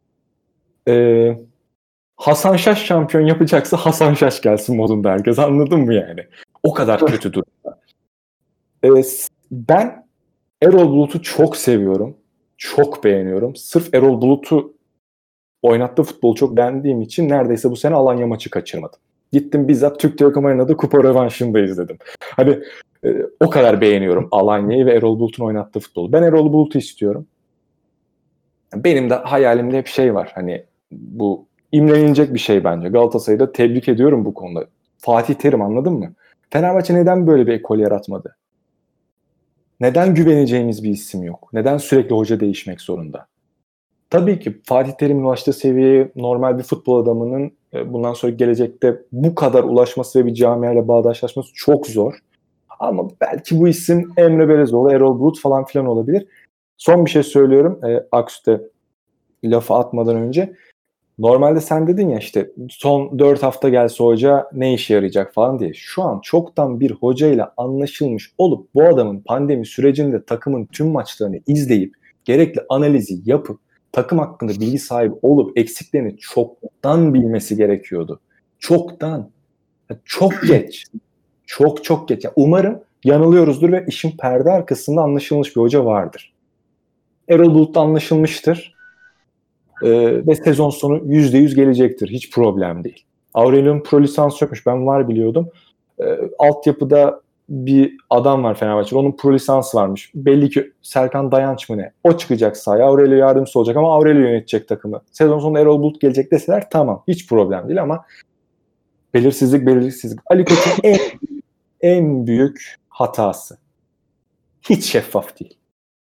Speaker 1: e, Hasan Şaş şampiyon yapacaksa Hasan Şaş gelsin modunda herkes. Anladın mı yani? O kadar kötü durumda. E, ben Erol Bulut'u çok seviyorum. Çok beğeniyorum. Sırf Erol Bulut'u oynattığı futbolu çok beğendiğim için neredeyse bu sene Alanya maçı kaçırmadım. Gittim bizzat Türk Telekom Arena'da kupa rövanşını da izledim. Hani e, o kadar beğeniyorum Alanya'yı ve Erol Bulut'un oynattığı futbolu. Ben Erol Bulut'u istiyorum. Benim de hayalimde hep şey var. Hani bu imrenilecek bir şey bence. Galatasaray'ı da tebrik ediyorum bu konuda. Fatih Terim, anladın mı? Fenerbahçe neden böyle bir ekol yaratmadı? Neden güveneceğimiz bir isim yok? Neden sürekli hoca değişmek zorunda? Tabii ki Fatih Terim'in ulaştığı seviyeye normal bir futbol adamının bundan sonra gelecekte bu kadar ulaşması ve bir camiayla bağdaşlaşması çok zor. Ama belki bu isim Emre Belezoğlu, Erol Bulut falan filan olabilir. Son bir şey söylüyorum. E, Aksü'de lafı atmadan önce. Normalde sen dedin ya işte son dört hafta gelse hoca ne işe yarayacak falan diye. Şu an çoktan bir hocayla anlaşılmış olup bu adamın pandemi sürecinde takımın tüm maçlarını izleyip gerekli analizi yapıp takım hakkında bilgi sahibi olup eksiklerini çoktan bilmesi gerekiyordu. Çoktan. Çok geç. Çok çok geç. Yani umarım yanılıyoruzdur ve işin perde arkasında anlaşılmış bir hoca vardır. Erol Bulut'ta anlaşılmıştır. Ee, ve sezon sonu yüzde yüz gelecektir. Hiç problem değil. Aurelio'nun pro lisans yokmuş. Ben var biliyordum. Ee, altyapıda bir adam var Fenerbahçe'de. Onun pro lisansı varmış. Belli ki Serkan Dayanç mı ne? O çıkacak sahaya. Aurelio yardımcısı olacak ama Aurelio yönetecek takımı. Sezon sonunda Erol Bulut gelecek deseler tamam. Hiç problem değil ama belirsizlik belirsizlik. Ali Koç'un en, en büyük hatası. Hiç şeffaf değil.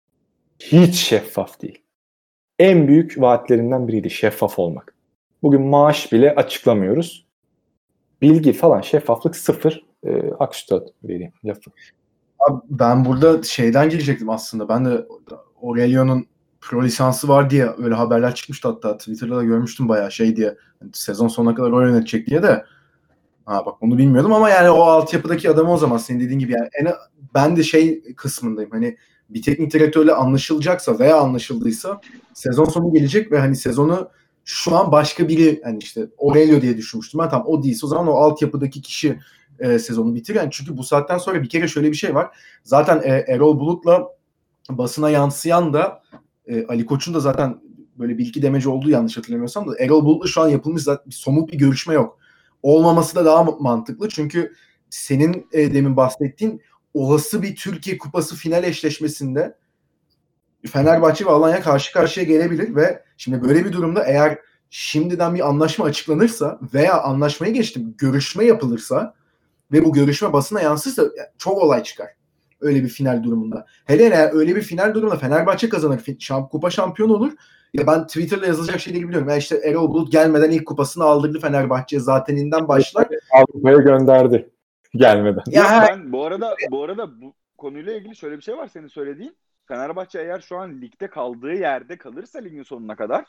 Speaker 1: Hiç şeffaf değil. En büyük vaatlerinden biriydi şeffaf olmak. Bugün maaş bile açıklamıyoruz. Bilgi falan, şeffaflık sıfır. E, Aksü'de vereyim lafı.
Speaker 2: Abi ben burada şeyden girecektim aslında. Ben de Aurelio'nun pro lisansı var diye öyle haberler çıkmıştı, hatta Twitter'da da görmüştüm bayağı şey diye. Yani sezon sonuna kadar o yönetecek diye de. Ha bak bunu bilmiyordum ama yani o altyapıdaki adamı o zaman senin dediğin gibi yani en, ben de şey kısmındayım. Hani bir teknik direktörle anlaşılacaksa veya anlaşıldıysa sezon sonu gelecek ve hani sezonu şu an başka biri, hani işte Aurelio diye düşünmüştüm ben, tam o değilse o zaman o altyapıdaki kişi e, sezonu bitirir. Yani çünkü bu saatten sonra bir kere şöyle bir şey var. Zaten e, Erol Bulut'la basına yansıyan da e, Ali Koç'un da zaten böyle bir iki demeci olduğu, yanlış hatırlamıyorsam da Erol Bulut'la şu an yapılmış zaten bir somut bir görüşme yok. Olmaması da daha mantıklı çünkü senin e, demin bahsettiğin olası bir Türkiye Kupası final eşleşmesinde Fenerbahçe ve Alanya karşı karşıya gelebilir ve şimdi böyle bir durumda eğer şimdiden bir anlaşma açıklanırsa veya anlaşmayı geçtim görüşme yapılırsa ve bu görüşme basına yansırsa çok olay çıkar. Öyle bir final durumunda. Hele eğer öyle bir final durumunda Fenerbahçe kazanır, şamp- kupa şampiyonu olur. Ya ben Twitter'da yazılacak şeyleri biliyorum. Ya işte Erol Bulut gelmeden ilk kupasını aldırdı Fenerbahçe zateninden başlar.
Speaker 1: Avrupa'ya gönderdi gelmeden.
Speaker 3: Ya Yok, ben bu arada bu arada bu konuyla ilgili şöyle bir şey var senin söylediğin. Fenerbahçe eğer şu an ligde kaldığı yerde kalırsa ligin sonuna kadar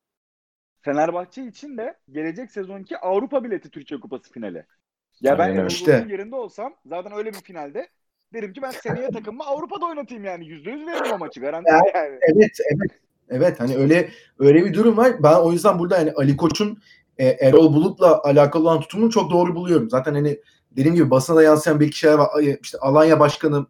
Speaker 3: Fenerbahçe için de gelecek sezonki Avrupa bileti Türkiye Kupası finali. Ya ben Erol
Speaker 2: işte.
Speaker 3: Bulut'un yerinde olsam zaten öyle bir finalde derim ki ben seneye takımımı Avrupa'da oynatayım yani. yüzde yüz veririm o maçı. Garanti yani. yani.
Speaker 2: Evet, evet. Evet hani öyle öyle bir durum var. Ben o yüzden burada yani Ali Koç'un e, Erol Bulut'la alakalı olan tutumunu çok doğru buluyorum. Zaten hani dediğim gibi basına da yansıyan bir kişiler var. İşte Alanya Başkanı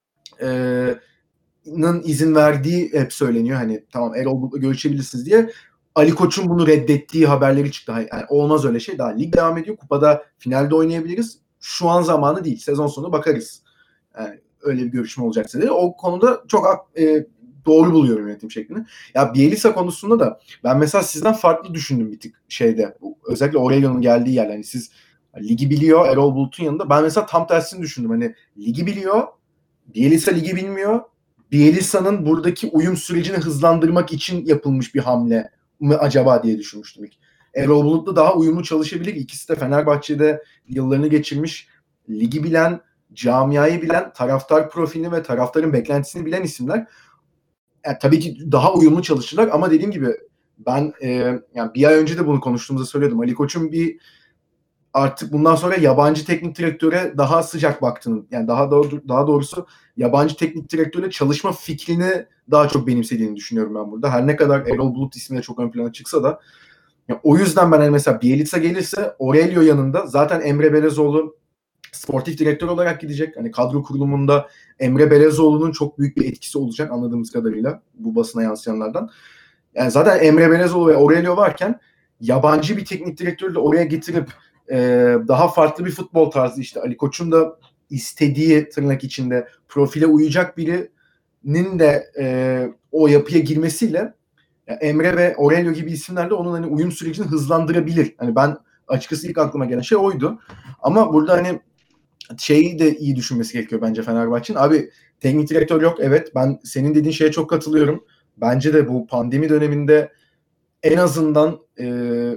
Speaker 2: eee izin verdiği hep söyleniyor. Hani tamam Erol Bulut'la görüşebilirsiniz diye. Ali Koç'un bunu reddettiği haberleri çıktı. Yani olmaz öyle şey. Daha lig devam ediyor. Kupada finalde oynayabiliriz. Şu an zamanı değil. Sezon sonu bakarız. Yani öyle bir görüşme olacaksa dedi. O konuda çok e, doğru buluyorum yönetim şeklini. Ya Bielitsa konusunda da ben mesela sizden farklı düşündüm bir tık şeyde. Özellikle Aurelio'nun geldiği yer. Hani siz ligi biliyor Erol Bulut'un yanında. Ben mesela tam tersini düşündüm. Hani ligi biliyor. Bielitsa ligi bilmiyor. Bielitsa'nın buradaki uyum sürecini hızlandırmak için yapılmış bir hamle mi acaba diye düşünmüştüm ilk. Erol Bulut'la daha uyumlu çalışabilir. İkisi de Fenerbahçe'de yıllarını geçirmiş, ligi bilen, camiayı bilen, taraftar profilini ve taraftarın beklentisini bilen isimler. Yani tabii ki daha uyumlu çalışırlar ama dediğim gibi ben e, yani bir ay önce de bunu konuştuğumuzda söyledim. Ali Koç'un bir artık bundan sonra yabancı teknik direktöre daha sıcak baktığını, yani daha doğru, daha doğrusu yabancı teknik direktörle çalışma fikrini daha çok benimsediğini düşünüyorum ben burada. Her ne kadar Erol Bulut ismi de çok ön plana çıksa da yani o yüzden ben hani mesela Bielitsa gelirse Aurelio yanında zaten Emre Belezoğlu sportif direktör olarak gidecek. Hani kadro kurulumunda Emre Belezoğlu'nun çok büyük bir etkisi olacak anladığımız kadarıyla bu basına yansıyanlardan. Yani zaten Emre Belezoğlu ve Aurelio varken yabancı bir teknik direktörü de oraya getirip e, daha farklı bir futbol tarzı işte Ali Koç'un da istediği tırnak içinde profile uyacak birinin de e, o yapıya girmesiyle yani Emre ve Aurelio gibi isimler de onun hani uyum sürecini hızlandırabilir. Hani ben açıkçası ilk aklıma gelen şey oydu. Ama burada hani şeyi de iyi düşünmesi gerekiyor bence Fenerbahçe'nin. Abi teknik direktör yok. Evet ben senin dediğin şeye çok katılıyorum. Bence de bu pandemi döneminde en azından e,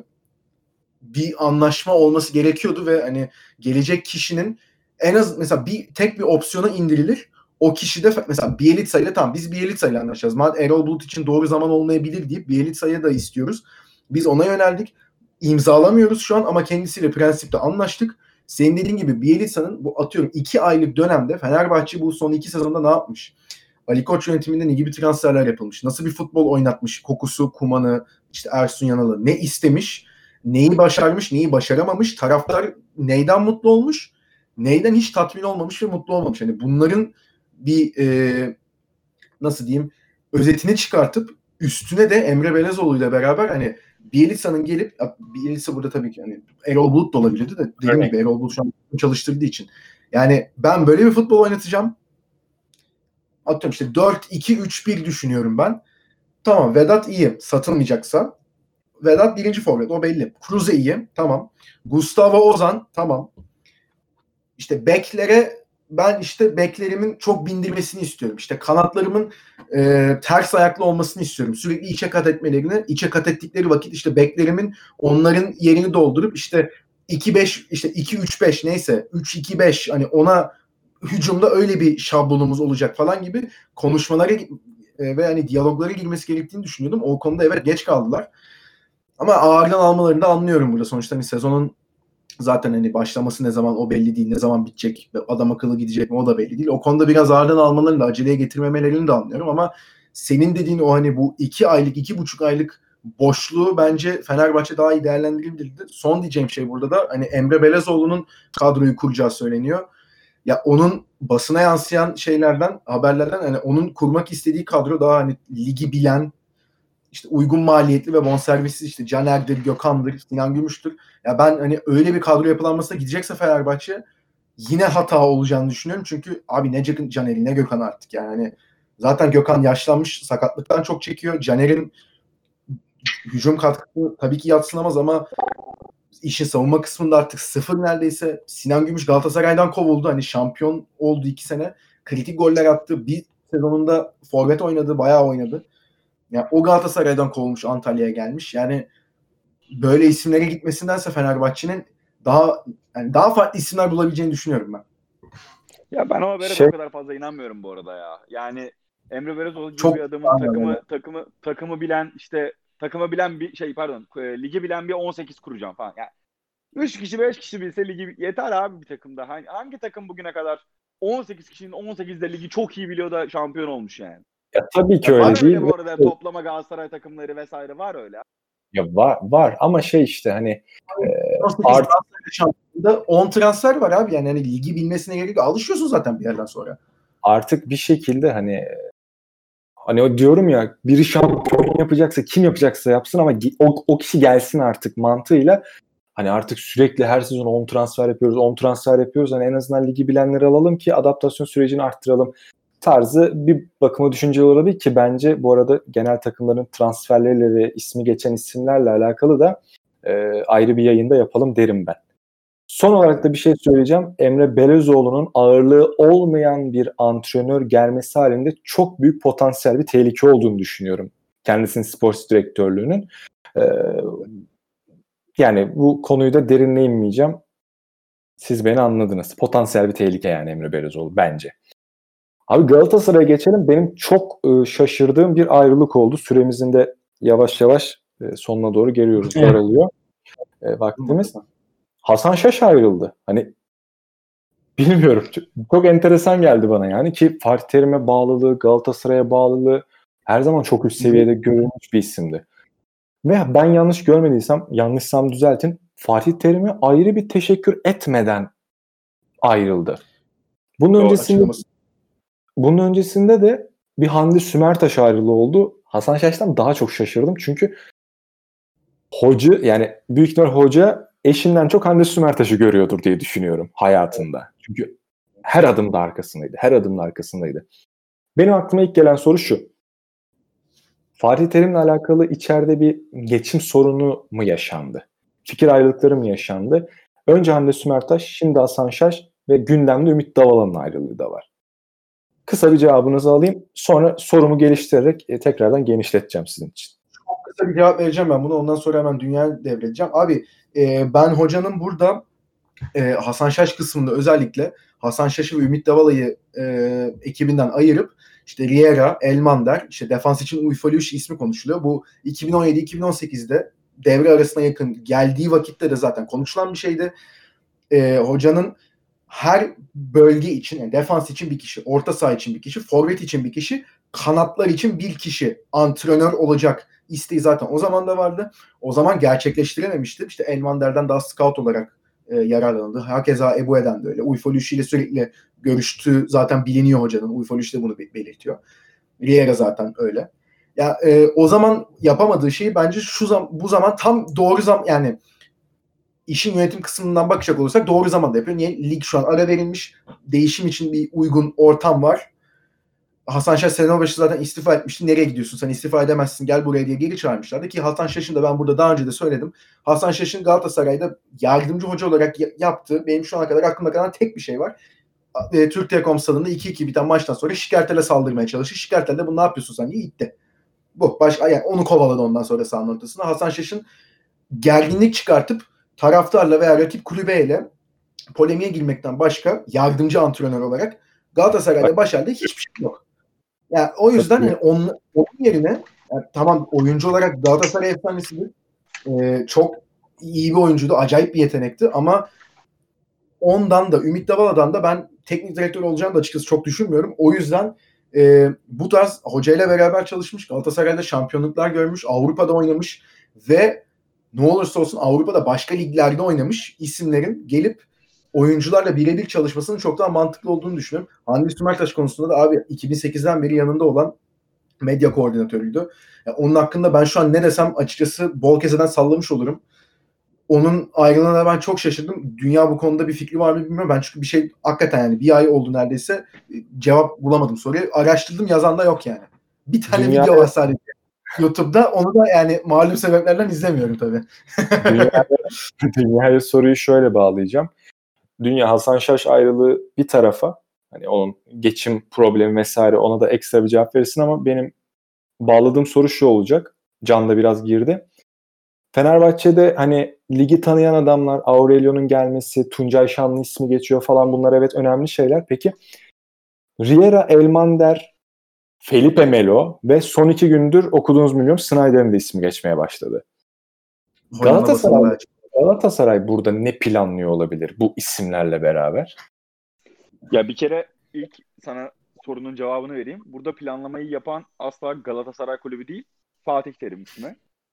Speaker 2: bir anlaşma olması gerekiyordu ve hani gelecek kişinin en az mesela bir tek bir opsiyona indirilir. O kişi de mesela Bielitsa ile tamam biz Bielitsa ile anlaşacağız. Madem Erol Bulut için doğru zaman olmayabilir deyip Bielitsa'yı da istiyoruz. Biz ona yöneldik. İmzalamıyoruz şu an ama kendisiyle prensipte anlaştık. Senin dediğin gibi Bielitsa'nın bu atıyorum iki aylık dönemde Fenerbahçe bu son iki sezonda ne yapmış? Ali Koç yönetiminde ne gibi transferler yapılmış? Nasıl bir futbol oynatmış? Kokusu, Kuman'ı, işte Ersun Yanal'ı ne istemiş? Neyi başarmış, neyi başaramamış? Taraftar neyden mutlu olmuş? Neyden hiç tatmin olmamış ve mutlu olmamış? Hani bunların bir e, nasıl diyeyim özetini çıkartıp üstüne de Emre Belezoğlu ile beraber hani Bielitsa'nın gelip Bielitsa burada tabii ki hani Erol Bulut da olabilirdi de dediğim evet. gibi Erol Bulut şu an çalıştırdığı için. Yani ben böyle bir futbol oynatacağım. Atıyorum işte dört iki üç bir düşünüyorum ben. Tamam Vedat iyi satılmayacaksa. Vedat birinci forvet o belli. Cruze iyi tamam. Gustavo Ozan tamam. İşte beklere ben işte beklerimin çok bindirmesini istiyorum. İşte kanatlarımın e, ters ayaklı olmasını istiyorum. Sürekli içe kat etmelerini, içe kat ettikleri vakit işte beklerimin onların yerini doldurup işte iki beş işte iki üç beş neyse üç iki beş hani ona hücumda öyle bir şablonumuz olacak falan gibi konuşmalara e, ve hani diyaloglara girmesi gerektiğini düşünüyordum. O konuda evet geç kaldılar. Ama ağırdan almalarını da anlıyorum burada. Sonuçta hani sezonun zaten hani başlaması ne zaman o belli değil. Ne zaman bitecek, adam akıllı gidecek mi o da belli değil. O konuda biraz ağırdan almalarını da aceleye getirmemelerini de anlıyorum ama senin dediğin o hani bu iki aylık, iki buçuk aylık boşluğu bence Fenerbahçe daha iyi değerlendirebilirdi. Son diyeceğim şey burada da hani Emre Belezoğlu'nun kadroyu kuracağı söyleniyor. Ya onun basına yansıyan şeylerden, haberlerden hani onun kurmak istediği kadro daha hani ligi bilen, işte uygun maliyetli ve bonservissiz işte Caner'dir, Gökhan'dır, Sinan Gümüş'tür. Ya ben hani öyle bir kadro yapılanmasına gidecekse Fenerbahçe yine hata olacağını düşünüyorum. Çünkü abi ne Caner'i ne Gökhan artık yani. Hani zaten Gökhan yaşlanmış, sakatlıktan çok çekiyor. Caner'in hücum katkısı tabii ki yadsınamaz ama işin savunma kısmında artık sıfır neredeyse. Sinan Gümüş Galatasaray'dan kovuldu. Hani şampiyon oldu iki sene. Kritik goller attı. Bir sezonunda forvet oynadı, bayağı oynadı. Yani o Galatasaray'dan kovulmuş Antalya'ya gelmiş. Yani böyle isimlere gitmesindense Fenerbahçe'nin daha yani daha farklı isimler bulabileceğini düşünüyorum ben.
Speaker 3: Ya ben o habere şey... o kadar fazla inanmıyorum bu arada ya. Yani Emre Belezoğlu gibi Çok bir adamın takımı öyle. takımı takımı bilen işte takımı bilen bir şey pardon e, ligi bilen bir on sekiz kuracağım falan. Yani üç kişi beş kişi bilse ligi yeter abi bir takımda. Hangi, hangi takım bugüne kadar on sekiz kişinin on sekizde ligi çok iyi biliyor da şampiyon olmuş yani.
Speaker 1: Ya tabii ki
Speaker 3: ya
Speaker 1: öyle
Speaker 3: var
Speaker 1: değil.
Speaker 3: Öyle bu arada toplama Galatasaray takımları vesaire var öyle.
Speaker 1: Ya var var ama şey işte hani e,
Speaker 2: artık şampiyonda on transfer var abi yani hani ligi bilmesine gerek yok. Alışıyorsun zaten bir yerden sonra.
Speaker 1: Artık bir şekilde hani hani o diyorum ya biri şampiyon yapacaksa kim yapacaksa yapsın ama o, o kişi gelsin artık mantığıyla hani artık sürekli her sezon on transfer yapıyoruz on transfer yapıyoruz hani en azından ligi bilenleri alalım ki adaptasyon sürecini arttıralım tarzı bir bakıma düşünce olabilir ki bence bu arada genel takımların transferleriyle ve ismi geçen isimlerle alakalı da e, ayrı bir yayında yapalım derim ben. Son olarak da bir şey söyleyeceğim. Emre Belezoğlu'nun ağırlığı olmayan bir antrenör gelmesi halinde çok büyük potansiyel bir tehlike olduğunu düşünüyorum. Kendisinin spor direktörlüğünün. Ee, yani bu konuyu da derinle inmeyeceğim. Siz beni anladınız. Potansiyel bir tehlike yani Emre Belözoğlu bence. Abi Galatasaray'a geçelim. Benim çok e, şaşırdığım bir ayrılık oldu. Süremizin de yavaş yavaş e, sonuna doğru geliyoruz. Daralıyor. E, vaktimiz. Hasan Şaş ayrıldı. Hani bilmiyorum. Çok, çok enteresan geldi bana yani ki Fatih Terim'e bağlılığı, Galatasaray'a bağlılığı her zaman çok üst seviyede görülmüş bir isimdi. Ve ben yanlış görmediysem, yanlışsam düzeltin. Fatih Terim'e ayrı bir teşekkür etmeden ayrıldı. Bunun
Speaker 2: O
Speaker 1: öncesinde
Speaker 2: açıklaması.
Speaker 1: bunun öncesinde de bir Hande Sümertaş ayrılığı oldu. Hasan Şaş'tan daha çok şaşırdım. Çünkü hoca yani büyük ihtimal hoca eşinden çok Hande Sümertaş'ı görüyordur diye düşünüyorum hayatında. Çünkü her adımda arkasındaydı. Her adımda arkasındaydı. Benim aklıma ilk gelen soru şu. Fatih Terim'le alakalı içeride bir geçim sorunu mu yaşandı? Fikir ayrılıkları mı yaşandı? Önce Hande Sümertaş, şimdi Hasan Şaş ve gündemde Ümit Davala'nın ayrılığı da var. Kısa bir cevabınızı alayım. Sonra sorumu geliştirerek e, tekrardan genişleteceğim sizin için.
Speaker 2: Çok kısa bir cevap vereceğim ben bunu. Ondan sonra hemen dünyaya devredeceğim. Abi e, ben hocanın burada e, Hasan Şaş kısmında özellikle Hasan Şaş'ı ve Ümit Davala'yı e, ekibinden ayırıp işte Riera, Elmander, işte defans için Uyfaliuş ismi konuşuluyor. Bu iki bin on yedi iki bin on sekizde devre arasına yakın geldiği vakitte de zaten konuşulan bir şeydi. E, hocanın her bölge için, yani defans için bir kişi, orta saha için bir kişi, forvet için bir kişi, kanatlar için bir kişi antrenör olacak isteği zaten o zaman da vardı. O zaman gerçekleştirememişti. İşte Elmander'den daha scout olarak e, yararlanıldı. Hakeza Ebue'den de öyle. Uyfaliuş ile sürekli görüştüğü zaten biliniyor hocanın. Uyfaliuş de bunu belirtiyor. Riera zaten öyle. Ya e, o zaman yapamadığı şeyi bence şu zaman bu zaman tam doğru zaman, yani işin yönetim kısmından bakacak olursak doğru zamanda yapıyor. Niye? Lig şu an ara verilmiş. Değişim için bir uygun ortam var. Hasan Şaş sezon başı zaten istifa etmişti. Nereye gidiyorsun? Sen istifa edemezsin. Gel buraya diye geri çağırmışlardı ki Hasan Şaş'ın da ben burada daha önce de söyledim. Hasan Şaş'ın Galatasaray'da yardımcı hoca olarak yaptığı benim şu ana kadar aklımda kalan tek bir şey var. E, Türk Telekom stadında iki iki biten maçtan sonra Şikertel'e saldırmaya çalıştı. Şikertel de bunu ne yapıyorsun sen diye gitti. Bu. Başka, yani onu kovaladı ondan sonra sahanın ortasına. Hasan Şaş'ın gerginlik çıkartıp taraftarla veya rakip kulübeyle polemiğe girmekten başka yardımcı antrenör olarak Galatasaray'da başardığı hiçbir şey yok. Yani o yüzden hani onun, onun yerine yani tamam oyuncu olarak Galatasaray efsanesidir. Ee, çok iyi bir oyuncuydu. Acayip bir yetenekti ama ondan da Ümit Davala'dan da ben teknik direktör olacağını da açıkçası çok düşünmüyorum. O yüzden e, bu tarz hocayla beraber çalışmış. Galatasaray'da şampiyonluklar görmüş. Avrupa'da oynamış ve ne olursa olsun Avrupa'da başka liglerde oynamış isimlerin gelip oyuncularla birebir çalışmasının çok daha mantıklı olduğunu düşünüyorum. Hande Sümertaş konusunda da abi iki bin sekizden beri yanında olan medya koordinatörüydü. Yani onun hakkında ben şu an ne desem açıkçası bol keseden sallamış olurum. Onun ayrılığına ben çok şaşırdım. Dünya bu konuda bir fikri var mı bilmiyorum. Ben çünkü bir şey hakikaten yani bir ay oldu neredeyse cevap bulamadım soruya. Araştırdım, yazan da yok yani. Bir tane Dünya... video var sadece YouTube'da. Onu da yani malum sebeplerden izlemiyorum tabii.
Speaker 1: Dünyaya, dünyaya soruyu şöyle bağlayacağım. Dünya Hasan Şaş ayrılığı bir tarafa, hani onun geçim problemi vesaire, ona da ekstra bir cevap verirsin ama benim bağladığım soru şu olacak. Can da biraz girdi. Fenerbahçe'de hani ligi tanıyan adamlar, Aurelio'nun gelmesi, Tuncay Şanlı ismi geçiyor falan, bunlar evet önemli şeyler. Peki Riera, Elmander, Felipe Melo ve son iki gündür okuduğunuz bilmiyorum Snyder'in de ismi geçmeye başladı. Galatasaray, Galatasaray burada ne planlıyor olabilir bu isimlerle beraber?
Speaker 3: Ya bir kere ilk sana sorunun cevabını vereyim. Burada planlamayı yapan asla Galatasaray kulübü değil, Fatih Terim ismi.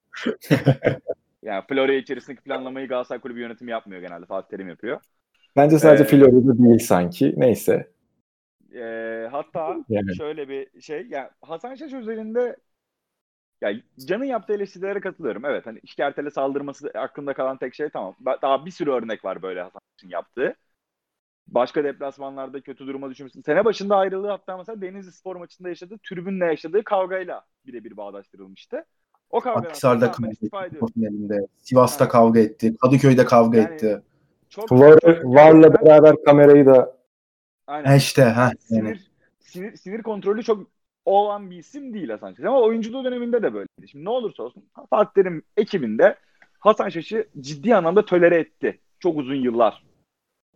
Speaker 3: Yani Florya içerisindeki planlamayı Galatasaray kulübü yönetimi yapmıyor genelde. Fatih Terim yapıyor.
Speaker 1: Bence sadece ee, Florya'da değil sanki. Neyse.
Speaker 3: E, hatta yani şöyle bir şey. Yani Hasan Şaş özelinde yani Can'ın yaptığı eleştirilere katılıyorum. Evet, hani İşkertel'e saldırması aklımda kalan tek şey tamam. Daha bir sürü örnek var böyle Hasan Şaş'ın yaptığı. Başka deplasmanlarda kötü duruma düşmüşsün. Sene başında ayrılığı hatta mesela Denizli Spor maçında yaşadığı, tribünle yaşadığı kavgayla birebir bağdaştırılmıştı. O kavgadan
Speaker 2: Akhisar'da kavga etti, Sivas'ta ha. kavga etti, Kadıköy'de kavga yani, etti.
Speaker 1: Çok, Var, çok Var'la gerçekten... beraber kamerayı da
Speaker 2: Aynen. İşte ha.
Speaker 3: Yani. Sinir, sinir, sinir kontrolü çok olan bir isim değil Hasan Şaş. Ama oyunculuğu döneminde de böyleydi. Şimdi ne olursa olsun Fatih Terim ekibinde Hasan Şaş'ı ciddi anlamda tolere etti. Çok uzun yıllar.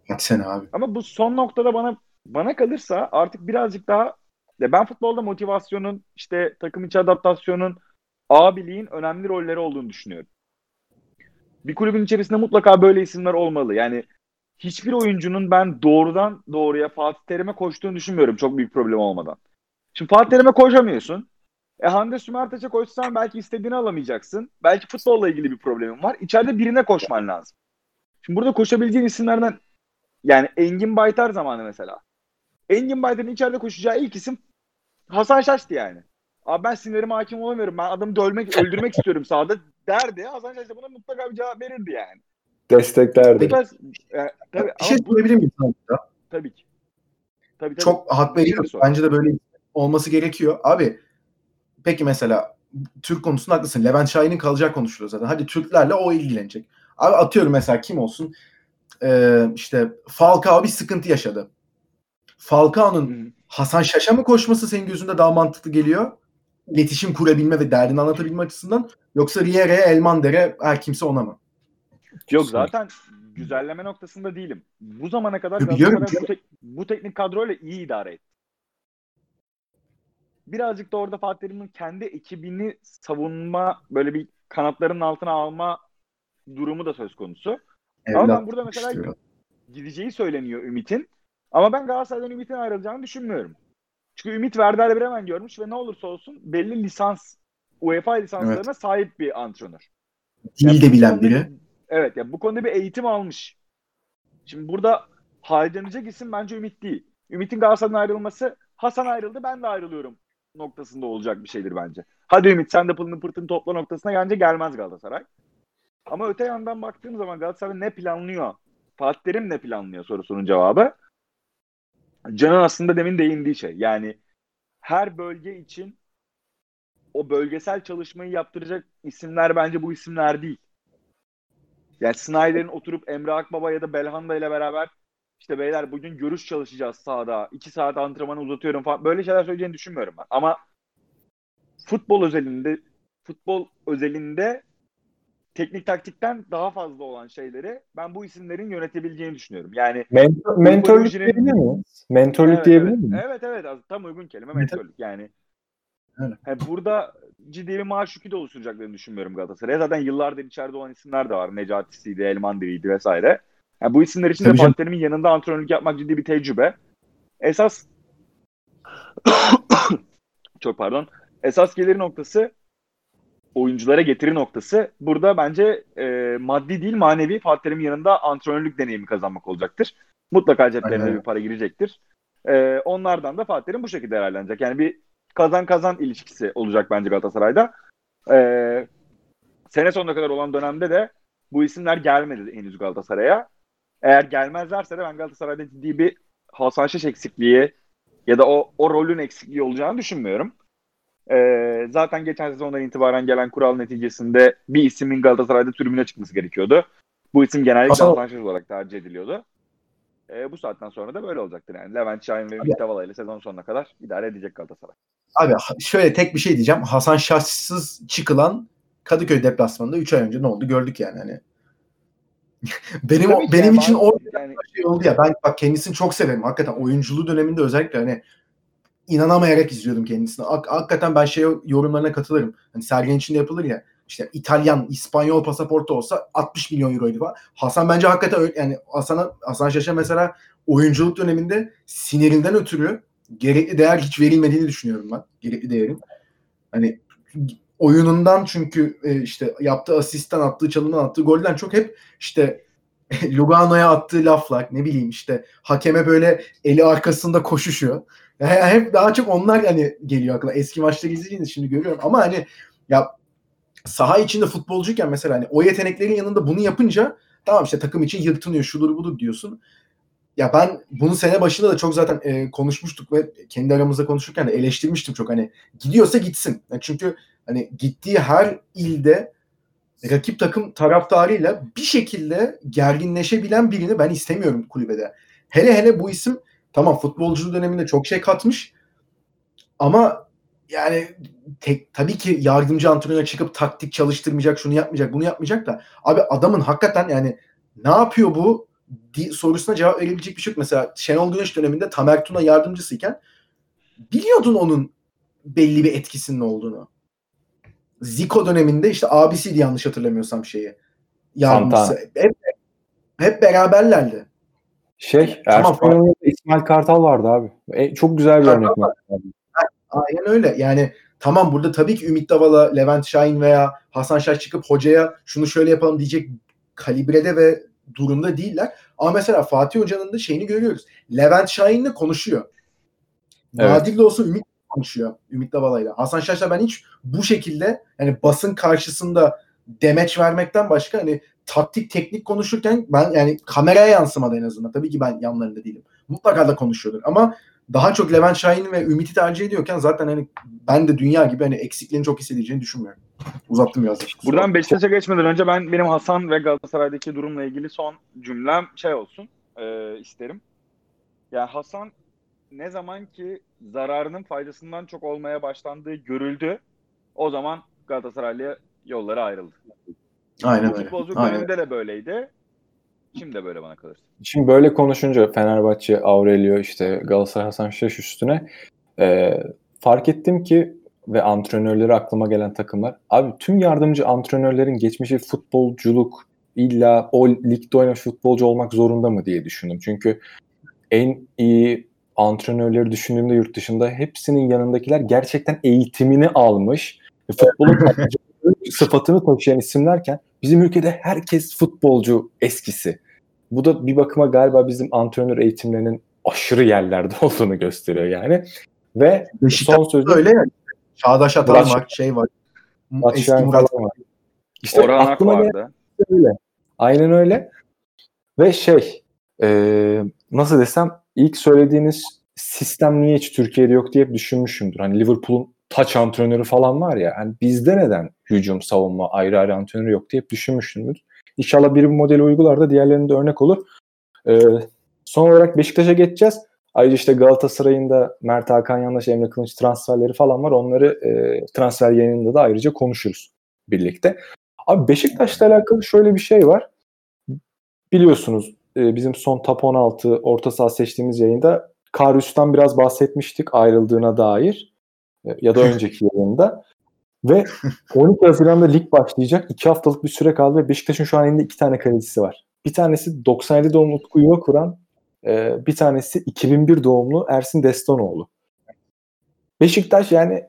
Speaker 2: Kaç sene abi.
Speaker 3: Ama bu son noktada bana bana kalırsa artık birazcık daha ya ben futbolda motivasyonun, işte takım içi adaptasyonun, abiliğin önemli rolleri olduğunu düşünüyorum. Bir kulübün içerisinde mutlaka böyle isimler olmalı. Yani hiçbir oyuncunun ben doğrudan doğruya Fatih Terim'e koştuğunu düşünmüyorum çok büyük problem olmadan. Şimdi Fatih Terim'e koşamıyorsun. E Hande Sümertaç'a koşsan belki istediğini alamayacaksın. Belki futbolla ilgili bir problemin var. İçeride birine koşman lazım. Şimdi burada koşabileceğin isimlerden yani Engin Baytar zamanı mesela. Engin Baytar'ın içeride koşacağı ilk isim Hasan Şaş'tı yani. Abi ben sinirime hakim olamıyorum. Ben adamı dövmek, öldürmek istiyorum sahada derdi. Hasan Şaş da buna mutlaka bir cevap verirdi yani.
Speaker 1: Desteklerdi.
Speaker 3: Bu tarz, e, tabii,
Speaker 2: Bir
Speaker 3: ama
Speaker 2: şey
Speaker 3: bu,
Speaker 2: söyleyebilir miyim sana?
Speaker 3: tabii ki. Tabii, tabii.
Speaker 2: Çok hak veriyorum.
Speaker 3: Şimdi sor.
Speaker 2: Bence de böyle olması gerekiyor. Abi peki mesela Türk konusunda haklısın. Levent Şahin'in kalacağı konuşuluyor zaten. Hadi Türklerle o ilgilenecek. Abi atıyorum mesela kim olsun? Ee, işte Falcao bir sıkıntı yaşadı. Falcao'nun
Speaker 3: Hı-hı.
Speaker 2: Hasan Şaş'a mı koşması senin gözünde daha mantıklı geliyor? İletişim kurabilme ve derdini anlatabilme açısından. Yoksa Riere'ye, Elmander'e her kimse ona mı?
Speaker 3: Yok zaten güzelleme noktasında değilim. Bu zamana kadar
Speaker 2: Yo, biliyorum,
Speaker 3: Galatasaray bu, tek, bu teknik kadroyla iyi idare etti. Birazcık da orada Fatih Terim'in kendi ekibini savunma, böyle bir kanatlarının altına alma durumu da söz konusu.
Speaker 2: Evlat
Speaker 3: Ama ben burada mesela
Speaker 2: istiyor.
Speaker 3: gideceği söyleniyor Ümit'in. Ama ben Galatasaray'dan Ümit'in ayrılacağını düşünmüyorum. Çünkü Ümit Werder Bremen görmüş ve ne olursa olsun belli lisans, UEFA lisanslarına
Speaker 2: Evet.
Speaker 3: sahip bir antrenör.
Speaker 2: Dil
Speaker 3: Yani
Speaker 2: de
Speaker 3: bu
Speaker 2: bilen
Speaker 3: konuda,
Speaker 2: biri.
Speaker 3: evet ya yani bu konuda bir eğitim almış. Şimdi burada harcanacak isim bence Ümit değil. Ümit'in Galatasaray'dan ayrılması, Hasan ayrıldı ben de ayrılıyorum noktasında olacak bir şeydir bence. Hadi Ümit sen de pılını pırtını topla noktasına gelince gelmez Galatasaray. Ama öte yandan baktığım zaman Galatasaray ne planlıyor? Fatih Terim ne planlıyor sorusunun cevabı. Can'ın aslında demin değindiği şey. Yani her bölge için o bölgesel çalışmayı yaptıracak isimler bence bu isimler değil. Yani Snyder'in oturup Emre Akbaba ya da Belhanda ile beraber işte beyler bugün görüş çalışacağız sahada. iki saat antrenmanı uzatıyorum falan. Böyle şeyler söyleyeceğini düşünmüyorum ben. Ama futbol özelinde futbol özelinde teknik taktikten daha fazla olan şeyleri ben bu isimlerin yönetebileceğini düşünüyorum. Yani
Speaker 1: Mentor, mentorluk
Speaker 3: Hoca
Speaker 1: diyebilir miyiz? Mentorluk
Speaker 3: evet,
Speaker 1: diyebilir
Speaker 3: evet.
Speaker 1: miyiz?
Speaker 3: Evet evet tam uygun kelime
Speaker 2: Evet.
Speaker 3: mentörlük. Yani
Speaker 2: Öyle.
Speaker 3: he, burada ciddi bir maaş yükü de oluşturacaklarını düşünmüyorum Galatasaray'a. Zaten yıllardır içeride olan isimler de var. Necati'siydi, Elmandiri'ydi vesaire. Yani bu isimler için de
Speaker 2: Tabii canım.
Speaker 3: Fatih Terim'in yanında antrenörlük yapmak ciddi bir tecrübe. Esas çok pardon. Esas gelir noktası oyunculara getiri noktası. Burada bence e, maddi değil manevi Fatih Terim'in yanında antrenörlük deneyimi kazanmak olacaktır. Mutlaka ceplerine
Speaker 2: Aynen.
Speaker 3: bir para girecektir. E, onlardan da Fatih Terim bu şekilde değerlenecek. Yani bir kazan kazan ilişkisi olacak bence Galatasaray'da. E, sene sonuna kadar olan dönemde de bu isimler gelmedi henüz Galatasaray'a. Eğer gelmezlerse de ben Galatasaray'da ciddi bir Hasan Şaş eksikliği ya da o, o rolün eksikliği olacağını düşünmüyorum. Ee, zaten geçen sezondan itibaren gelen kural neticesinde bir ismin Galatasaray'da tribüne çıkması gerekiyordu. Bu isim genellikle
Speaker 2: Hasan-
Speaker 3: Hasan Şaş olarak tercih ediliyordu. Ee, bu saatten sonra da böyle olacaktır yani. Levent Şahin ve Ümit Davala ile sezon sonuna kadar idare edecek Galatasaray.
Speaker 2: Abi şöyle tek bir şey diyeceğim. Hasan Şaşsız çıkılan Kadıköy deplasmanında üç ay önce ne oldu gördük yani hani. benim
Speaker 3: Tabii ki
Speaker 2: benim
Speaker 3: yani
Speaker 2: için
Speaker 3: bazı-
Speaker 2: o
Speaker 3: yani
Speaker 2: şey oldu ya. Ben bak kendisini çok severim. Hakikaten oyunculuğu döneminde özellikle hani inanamayarak izliyordum kendisini. Hak- hakikaten ben şey yorumlarına katılırım. Hani Sergen için de yapılır ya. İşte İtalyan, İspanyol pasaportu olsa altmış milyon euroydu falan. Hasan bence hakikaten öyle, yani Hasan'a Hasan Şaş'a mesela oyunculuk döneminde sinirinden ötürü gerekli değer hiç verilmediğini düşünüyorum ben. Gerekli değerin. Hani oyunundan çünkü e, işte yaptığı asistten, attığı çalımdan, attığı golden çok hep işte Lugano'ya attığı laflar, ne bileyim işte hakeme böyle eli arkasında koşuşuyor. Yani hep daha çok onlar hani geliyor aklıma. Eski maçları izleyince şimdi görüyorum ama hani ya saha içinde futbolcuyken mesela hani o yeteneklerin yanında bunu yapınca tamam işte takım için yırtınıyor şudur budur diyorsun. Ya ben bunu sene başında da çok zaten e, konuşmuştuk ve kendi aramızda konuşurken de eleştirmiştim çok hani gidiyorsa gitsin. Yani çünkü hani gittiği her ilde rakip takım taraftarıyla bir şekilde gerginleşebilen birini ben istemiyorum kulübede. Hele hele bu isim tamam futbolculuğu döneminde çok şey katmış ama yani tek, tabii ki yardımcı antrenör çıkıp taktik çalıştırmayacak, şunu yapmayacak, bunu yapmayacak da abi adamın hakikaten yani ne yapıyor bu? di- sorusuna cevap verebilecek bir şey yok. Mesela Şenol Güneş döneminde Tamer Tuna yardımcısıyken biliyordun onun belli bir etkisinin olduğunu. Zico döneminde işte abisiydi yanlış hatırlamıyorsam şeyi. Yardımcısı.
Speaker 1: Santana.
Speaker 2: Hep, hep beraberlerdi.
Speaker 1: Şey,
Speaker 2: Tamam,
Speaker 1: Ersun Yanal'da İsmail Kartal vardı abi. E, çok güzel bir
Speaker 2: Kartal
Speaker 1: örnek.
Speaker 2: var. Aynen öyle. Yani tamam, burada tabii ki Ümit Davala, Levent Şahin veya Hasan Şaş çıkıp hocaya şunu şöyle yapalım diyecek kalibrede ve durumda değiller. Ama mesela Fatih Hoca'nın da şeyini görüyoruz. Levent Şahin'le konuşuyor.
Speaker 1: Evet.
Speaker 2: Nadir de olsa Ümit konuşuyor. Ümit Davala'yla. Hasan Şaş'la ben hiç bu şekilde yani basın karşısında demeç vermekten başka hani taktik teknik konuşurken ben yani kameraya yansımadı en azından. Tabii ki ben yanlarında değilim. Mutlaka da konuşuyordur ama daha çok Levent Şahin ve Ümit'i tercih ediyorken zaten hani ben de dünya gibi hani eksikliğini çok hissedeceğini düşünmüyorum. Uzattım biraz.
Speaker 3: Buradan Beşiktaş'a geçmeden önce ben benim Hasan ve Galatasaray'daki durumla ilgili son cümlem şey olsun e, isterim. Yani Hasan ne zaman ki zararının faydasından çok olmaya başlandığı görüldü, o zaman Galatasaray'la yolları ayrıldı.
Speaker 2: Aynen
Speaker 3: Bu
Speaker 2: öyle.
Speaker 3: futbolculuk
Speaker 2: Aynen.
Speaker 3: döneminde de böyleydi. Şimdi de böyle bana kalırsa.
Speaker 1: Şimdi böyle konuşunca Fenerbahçe, Aurelio, işte Galatasaray, Hasan Şaş üstüne e, fark ettim ki ve antrenörleri aklıma gelen takımlar. Abi tüm yardımcı antrenörlerin geçmişi futbolculuk, illa o ligde oynamış futbolcu olmak zorunda mı diye düşündüm. Çünkü en iyi antrenörleri düşündüğümde yurt dışında hepsinin yanındakiler gerçekten eğitimini almış ve futbolun sıfatını taşıyan isimlerken bizim ülkede herkes futbolcu eskisi. Bu da bir bakıma galiba bizim antrenör eğitimlerinin aşırı yerlerde olduğunu gösteriyor yani. Ve son sözüm
Speaker 2: öyle yani. Çağdaş Atan
Speaker 1: Murat
Speaker 2: var, şey var.
Speaker 1: Murat
Speaker 2: Eski
Speaker 1: Şahin
Speaker 2: Murat
Speaker 1: falan var. İşte
Speaker 3: Orhan Ak
Speaker 1: aklıma gelen
Speaker 3: vardı.
Speaker 1: öyle. Aynen öyle. Ve şey e, nasıl desem ilk söylediğiniz sistem niye hiç Türkiye'de yok diye hep düşünmüşümdür. Hani Liverpool'un taç antrenörü falan var ya. Hani bizde neden hücum, savunma ayrı ayrı antrenörü yok diye hep düşünmüşümdür. İnşallah biri bu modeli uygular da diğerlerine de örnek olur. Ee, son olarak Beşiktaş'a geçeceğiz. Ayrıca işte Galatasaray'ın da Mert Hakan Yandaş, Emre Kılınç transferleri falan var. Onları e, transfer yayınında da ayrıca konuşuruz birlikte. Abi Beşiktaş'la alakalı şöyle bir şey var. Biliyorsunuz e, bizim son Top on altı orta saha seçtiğimiz yayında Karius'tan biraz bahsetmiştik ayrıldığına dair. E, ya da önceki yayında. Ve on iki Haziran'da lig başlayacak. iki haftalık bir süre kaldı ve Beşiktaş'ın şu an elinde iki tane kalecisi var. Bir tanesi doksan yedi doğumlu Utku Yuvakuran, e, bir tanesi iki bin bir doğumlu Ersin Destanoğlu. Beşiktaş yani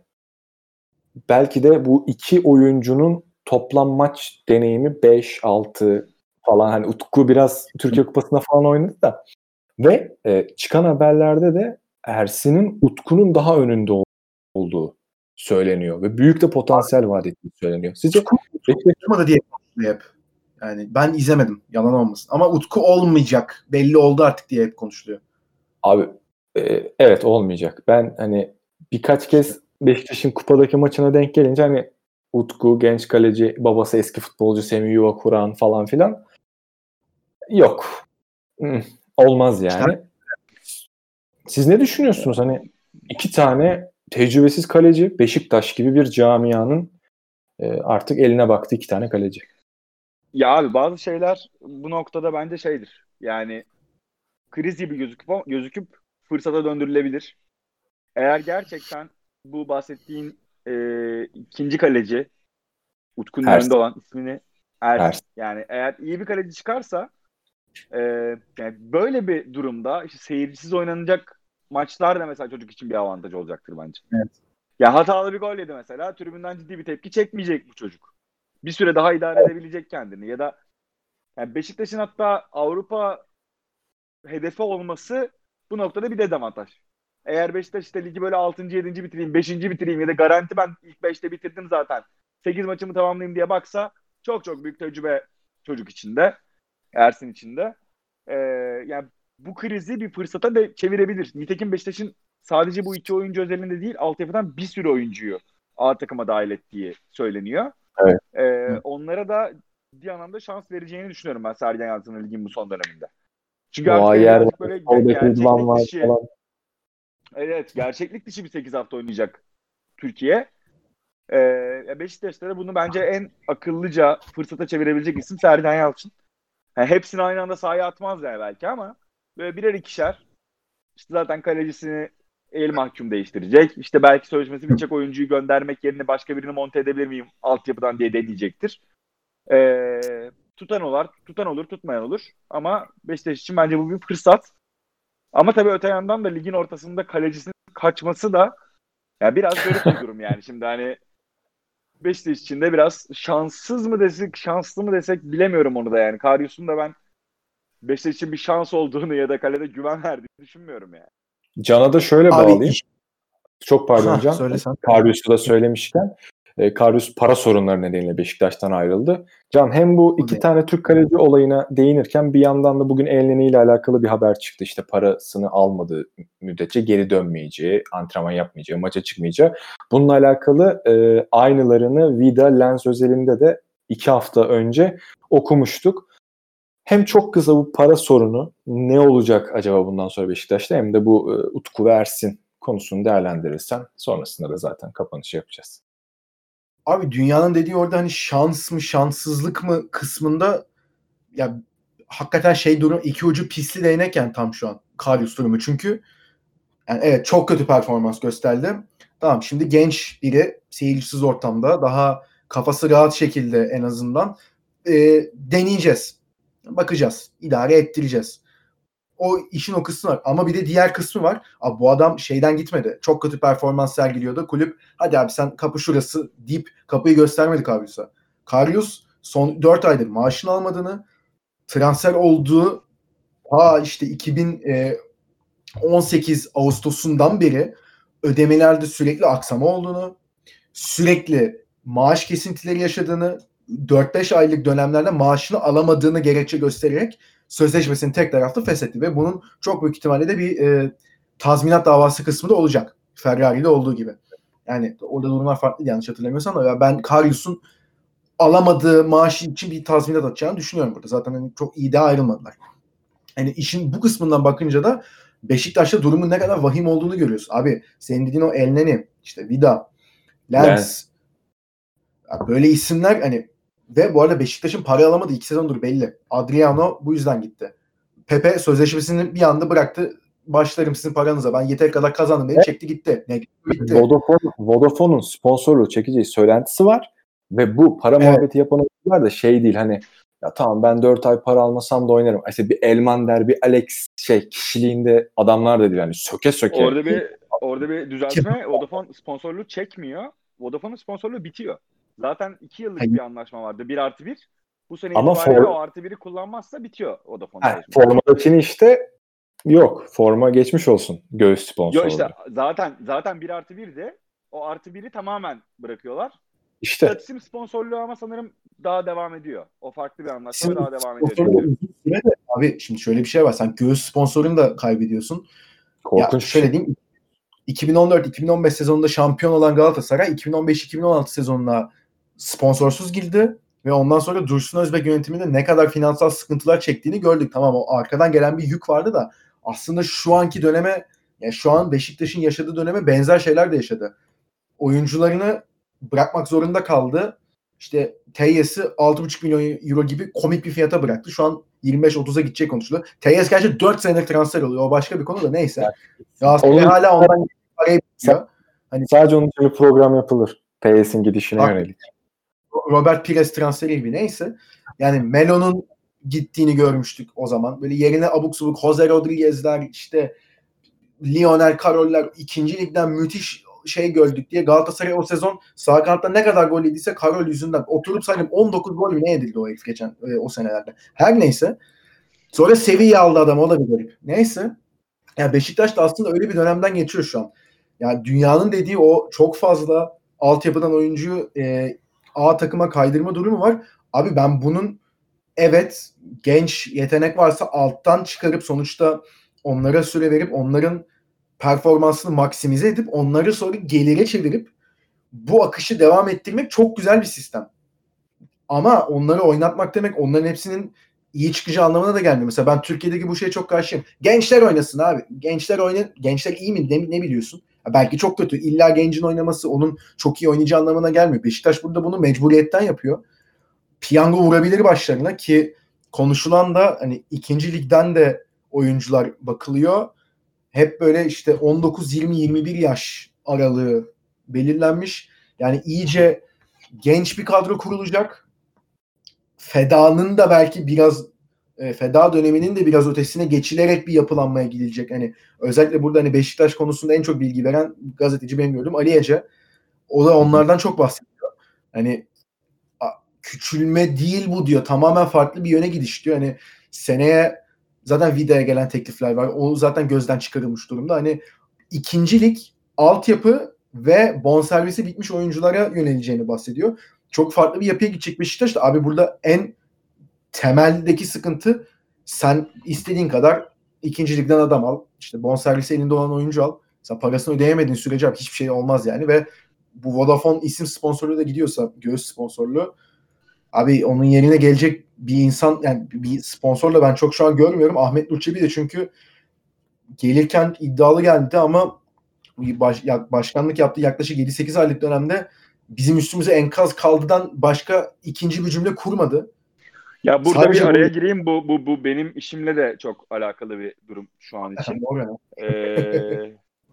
Speaker 1: belki de bu iki oyuncunun toplam maç deneyimi beş altı falan. Hani Utku biraz Türkiye Kupası'nda falan oynadı da. Ve e, çıkan haberlerde de Ersin'in Utku'nun daha önünde olduğu söyleniyor ve büyük de potansiyel vaat ettiği söyleniyor. Sizce
Speaker 2: Utku diye konuşuluyor hep. Yani ben izlemedim, yalan olmasın. Ama Utku olmayacak, belli oldu artık diye hep konuşuluyor.
Speaker 1: Abi e, evet olmayacak. Ben hani birkaç kez Beşiktaş'ın kupadaki maçına denk gelince hani Utku, genç kaleci, babası eski futbolcu Semih Yuvakuran falan filan yok. Hmm, olmaz yani. Siz ne düşünüyorsunuz? Hani iki tane tecrübesiz kaleci, Beşiktaş gibi bir camianın e, artık eline baktı iki tane kaleci.
Speaker 3: Ya abi bazı şeyler bu noktada bence şeydir. Yani kriz gibi gözüküp, gözüküp fırsata döndürülebilir. Eğer gerçekten bu bahsettiğin e, ikinci kaleci Utku'nun
Speaker 1: Ersin.
Speaker 3: önünde olan ismini Ersin.
Speaker 1: Ersin.
Speaker 3: Yani eğer iyi bir kaleci çıkarsa e, yani böyle bir durumda işte seyircisiz oynanacak maçlar da mesela çocuk için bir avantaj olacaktır bence.
Speaker 2: Evet.
Speaker 3: Ya hatalı bir gol yedi mesela. Tribünden ciddi bir tepki çekmeyecek bu çocuk. Bir süre daha idare edebilecek kendini. Ya da yani Beşiktaş'ın hatta Avrupa hedefi olması bu noktada bir dezavantaj. Eğer Beşiktaş işte ligi böyle altıncı yedinci bitireyim, beşinci bitireyim ya da garanti ben ilk beşte bitirdim zaten, sekiz maçımı tamamlayayım diye baksa çok çok büyük tecrübe çocuk içinde, Ersin içinde. Ee, yani bu krizi bir fırsata da çevirebilir. Nitekim Beşiktaş'ın sadece bu iki oyuncu özelinde değil, altyapıdan bir sürü oyuncuyu A takıma dahil ettiği söyleniyor.
Speaker 1: Evet.
Speaker 3: Ee, onlara da bir anlamda şans vereceğini düşünüyorum ben Sergen Yalçın'ın ligin bu son döneminde. Çünkü artık
Speaker 1: Yer
Speaker 3: birazcık böyle gerçeklik dışı,
Speaker 1: falan.
Speaker 3: evet gerçeklik dışı bir sekiz hafta oynayacak Türkiye. Ee, Beşiktaş'ta da bunu bence en akıllıca fırsata çevirebilecek isim Sergen Yalçın. Yani hepsini aynı anda sahaya atmaz yani belki ama böyle birer ikişer. İşte zaten kalecisini el mahkum değiştirecek. İşte belki sözleşmesi bitecek oyuncuyu göndermek yerine başka birini monte edebilir miyim altyapıdan diye deneyecektir. Ee, tutan olur, tutan olur, tutmayan olur. Ama Beşiktaş için bence bu bir fırsat. Ama tabii öte yandan da ligin ortasında kalecisinin kaçması da yani biraz garip bir durum yani. Şimdi hani Beşiktaş için de biraz şanssız mı desek, şanslı mı desek bilemiyorum onu da yani. Karius'un da ben Beşiktaş için bir şans olduğunu ya da kalede güven verdiğini düşünmüyorum yani.
Speaker 1: Can'a da şöyle
Speaker 2: Abi,
Speaker 1: bağlayayım.
Speaker 2: iş-
Speaker 1: Çok pardon
Speaker 2: Ha,
Speaker 1: Can.
Speaker 2: söylesen.
Speaker 1: Karius'u da söylemişken e, Karius para sorunları nedeniyle Beşiktaş'tan ayrıldı. Can hem bu iki
Speaker 2: Evet.
Speaker 1: tane Türk kaleci olayına değinirken bir yandan da bugün Elneny ile alakalı bir haber çıktı. İşte parasını almadığı müddetçe geri dönmeyeceği, antrenman yapmayacağı, maça çıkmayacağı. Bununla alakalı e, aynılarını Vida Lens özelinde de iki hafta önce okumuştuk. Hem çok kısa bu para sorunu ne olacak acaba bundan sonra Beşiktaş'ta hem de bu e, Utku ve Ersin konusunu değerlendirirsen sonrasında da zaten kapanışı yapacağız.
Speaker 2: Abi dünyanın dediği orada hani şans mı şanssızlık mı kısmında ya hakikaten şey durum iki ucu pisli değnek yani tam şu an Karius durumu. Çünkü yani evet çok kötü performans gösterdi. Tamam şimdi genç biri seyircisiz ortamda daha kafası rahat şekilde en azından e, deneyeceğiz. Bakacağız. İdare ettireceğiz. O işin o kısmı var. Ama bir de diğer kısmı var. Abi bu adam şeyden gitmedi. Çok kötü performans sergiliyordu. Kulüp hadi abi sen kapı şurası deyip kapıyı göstermedi Karius'a. Karius son dört aydır maaşını almadığını, transfer olduğu ha işte iki bin on sekiz Ağustos'undan beri ödemelerde sürekli aksama olduğunu, sürekli maaş kesintileri yaşadığını, dört beş aylık dönemlerde maaşını alamadığını gerekçe göstererek sözleşmesini tek taraflı feshetti ve bunun çok büyük ihtimalle de bir e, tazminat davası kısmı da olacak. Ferrari'de olduğu gibi. Yani orada durumlar farklı yanlış hatırlamıyorsam da ben Karius'un alamadığı maaş için bir tazminat atacağını düşünüyorum burada. Zaten hani çok iyi de ayrılmadılar. Yani işin bu kısmından bakınca da Beşiktaş'ta durumun ne kadar vahim olduğunu görüyorsun. Abi senin dediğin o Elneny, işte Vida, Lens, Lens. Böyle isimler hani ve bu arada Beşiktaş'ın para alamadığı iki sezondur belli. Adriano bu yüzden gitti. Pepe sözleşmesini bir anda bıraktı. Başlarım sizin paranıza. Ben yeter kadar kazandım. Beni evet. Çekti gitti. Ne gitti?
Speaker 1: Vodafone, Vodafone'un sponsorluğu çekeceği söylentisi var. Ve bu para evet. muhabbeti yapan oyuncular da şey değil hani ya tamam ben dört ay para almasam da oynarım. İşte bir Elmander, bir Alex şey kişiliğinde adamlar da değil hani söke söke.
Speaker 3: Orada bir orada bir düzeltme. Vodafone sponsorluğu çekmiyor. Vodafone'un sponsorluğu bitiyor. Zaten iki yıllık Hayır. bir anlaşma vardı. Bir artı bir. Bu sene Ama itibariyle for... o artı biri kullanmazsa bitiyor Vodafone'un.
Speaker 1: Formadakini işte yok. Forma geçmiş olsun. Göğüs sponsorluğu.
Speaker 3: Yok işte zaten zaten bir artı bir de o artı biri tamamen bırakıyorlar.
Speaker 1: İşte.
Speaker 3: İletişim sponsorluğu ama sanırım daha devam ediyor. O farklı bir anlaşma daha devam ediyor.
Speaker 2: Abi şimdi şöyle bir şey var. Sen göğüs sponsorunu da kaybediyorsun.
Speaker 1: Korkunç.
Speaker 2: Ya şöyle diyeyim. iki bin on dört iki bin on beş sezonunda şampiyon olan Galatasaray iki bin on beş iki bin on altı sezonuna sponsorsuz girdi ve ondan sonra Dursun Özbek yönetiminde ne kadar finansal sıkıntılar çektiğini gördük. Tamam o arkadan gelen bir yük vardı da aslında şu anki döneme yani şu an Beşiktaş'ın yaşadığı döneme benzer şeyler de yaşadı. Oyuncularını bırakmak zorunda kaldı. İşte Teyyes'i altı buçuk milyon euro gibi komik bir fiyata bıraktı. Şu an yirmi beş otuza gidecek konuşuluyor. Teyyes gerçi dört senelik transfer oluyor. O başka bir konu da neyse. Galatasaray hala ondan parayı bitiyor. Hani
Speaker 1: sadece onun için bir program yapılır. Teyyes'in gidişine bak, yönelik.
Speaker 2: Robert Pires transferi gibi neyse. Yani Melo'nun gittiğini görmüştük o zaman. Böyle yerine abuk subuk Jose Rodriguez'ler işte Lionel Carroll'ler ikinci ligden müthiş şey gördük diye Galatasaray o sezon sağ kanatta ne kadar gol yediyse Karol yüzünden oturup saydım on dokuz gol mü ne edildi o herif geçen e, o senelerde. Her neyse. Sonra seviye aldı adam o da bir garip. Neyse. Yani Beşiktaş da aslında öyle bir dönemden geçiyor şu an. Yani dünyanın dediği o çok fazla altyapıdan oyuncuyu e, A takıma kaydırma durumu var. Abi ben bunun evet genç yetenek varsa alttan çıkarıp sonuçta onlara süre verip onların performansını maksimize edip onları sonra gelire çevirip bu akışı devam ettirmek çok güzel bir sistem. Ama onları oynatmak demek onların hepsinin iyi çıkacağı anlamına da gelmiyor. Mesela ben Türkiye'deki bu şeye çok karşıyım. Gençler oynasın abi. Gençler oyna gençler iyi mi? Ne, ne biliyorsun? Belki çok kötü. İlla gencin oynaması onun çok iyi oynayacağı anlamına gelmiyor. Beşiktaş burada bunu mecburiyetten yapıyor. Piyango vurabilir başlarına ki konuşulan da hani ikinci ligden de oyuncular bakılıyor. Hep böyle işte on dokuz yirmi yirmi bir yaş aralığı belirlenmiş. Yani iyice genç bir kadro kurulacak. Feda'nın da belki biraz e, Feda döneminin de biraz ötesine geçilerek bir yapılanmaya gidilecek. Hani özellikle burada hani Beşiktaş konusunda en çok bilgi veren gazeteci benim gördüğüm Ali Ece. O da onlardan çok bahsediyor. Hani küçülme değil bu diyor. Tamamen farklı bir yöne gidiş diyor. Hani seneye zaten Vida'ya gelen teklifler var. O zaten gözden çıkarılmış durumda. Hani ikincilik, altyapı ve bonservisi bitmiş oyunculara yöneleceğini bahsediyor. Çok farklı bir yapıya gidecek Beşiktaş da abi burada en temeldeki sıkıntı sen istediğin kadar ikinci ligden adam al. İşte bonservisi elinde olan oyuncu al. Sen parasını ödeyemediğin sürece abi hiçbir şey olmaz yani ve bu Vodafone isim sponsorluğu da gidiyorsa göğüs sponsorluğu abi onun yerine gelecek bir insan yani bir sponsorla ben çok şu an görmüyorum. Ahmet Nur Çebi de çünkü gelirken iddialı geldi ama baş, başkanlık yaptığı yaklaşık yedi sekiz aylık dönemde bizim üstümüze enkaz kaldıdan başka ikinci bir cümle kurmadı.
Speaker 3: Ya burada
Speaker 2: Sadece
Speaker 3: bir araya
Speaker 2: bu...
Speaker 3: gireyim. Bu, bu, bu benim işimle de çok alakalı bir durum şu an için. ee,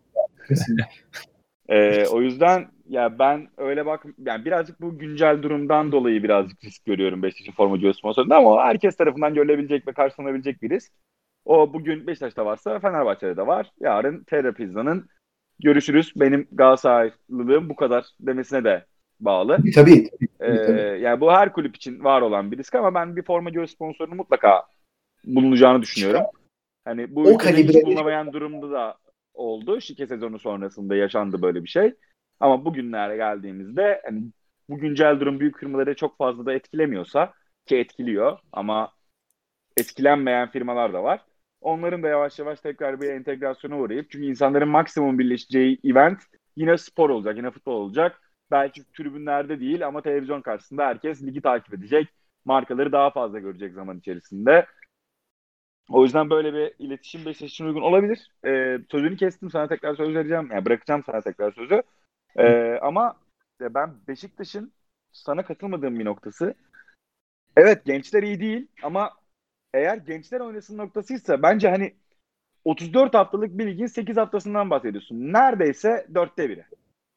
Speaker 3: e, o yüzden ya ben öyle bak yani birazcık bu güncel durumdan dolayı birazcık risk görüyorum Beşiktaş'ın formacı sponsorunda ama herkes tarafından görülebilecek ve karşılanabilecek bir risk. O bugün Beşiktaş'ta varsa Fenerbahçe'de de var. Yarın T R Pizza'nın görüşürüz benim Galatasaraylılığım bu kadar demesine de bağlı.
Speaker 2: Tabii, tabii,
Speaker 3: ee,
Speaker 2: tabii, tabii.
Speaker 3: Yani bu her kulüp için var olan bir risk ama ben bir formacı sponsorunun mutlaka bulunacağını düşünüyorum. Hani bu
Speaker 2: o
Speaker 3: ülkede hiç
Speaker 2: kalibre...
Speaker 3: bulunamayan durumda da oldu. Şike sezonu sonrasında yaşandı böyle bir şey. Ama bugünlere geldiğimizde hani bu güncel durum büyük firmaları çok fazla da etkilemiyorsa ki etkiliyor ama etkilenmeyen firmalar da var. Onların da yavaş yavaş tekrar bir entegrasyona uğrayıp çünkü insanların maksimum birleşeceği event yine spor olacak, yine futbol olacak. Belki tribünlerde değil ama televizyon karşısında herkes ligi takip edecek. Markaları daha fazla görecek zaman içerisinde. O yüzden böyle bir iletişim Beşiktaş için uygun olabilir. Ee, sözünü kestim, sana tekrar söz vereceğim. Yani bırakacağım sana tekrar sözü. Ee, ama ben Beşiktaş'ın sana katılmadığım bir noktası. Evet gençler iyi değil ama eğer gençler oynasın noktasıysa bence hani otuz dört haftalık bir ligin sekiz haftasından bahsediyorsun. Neredeyse dörtte biri.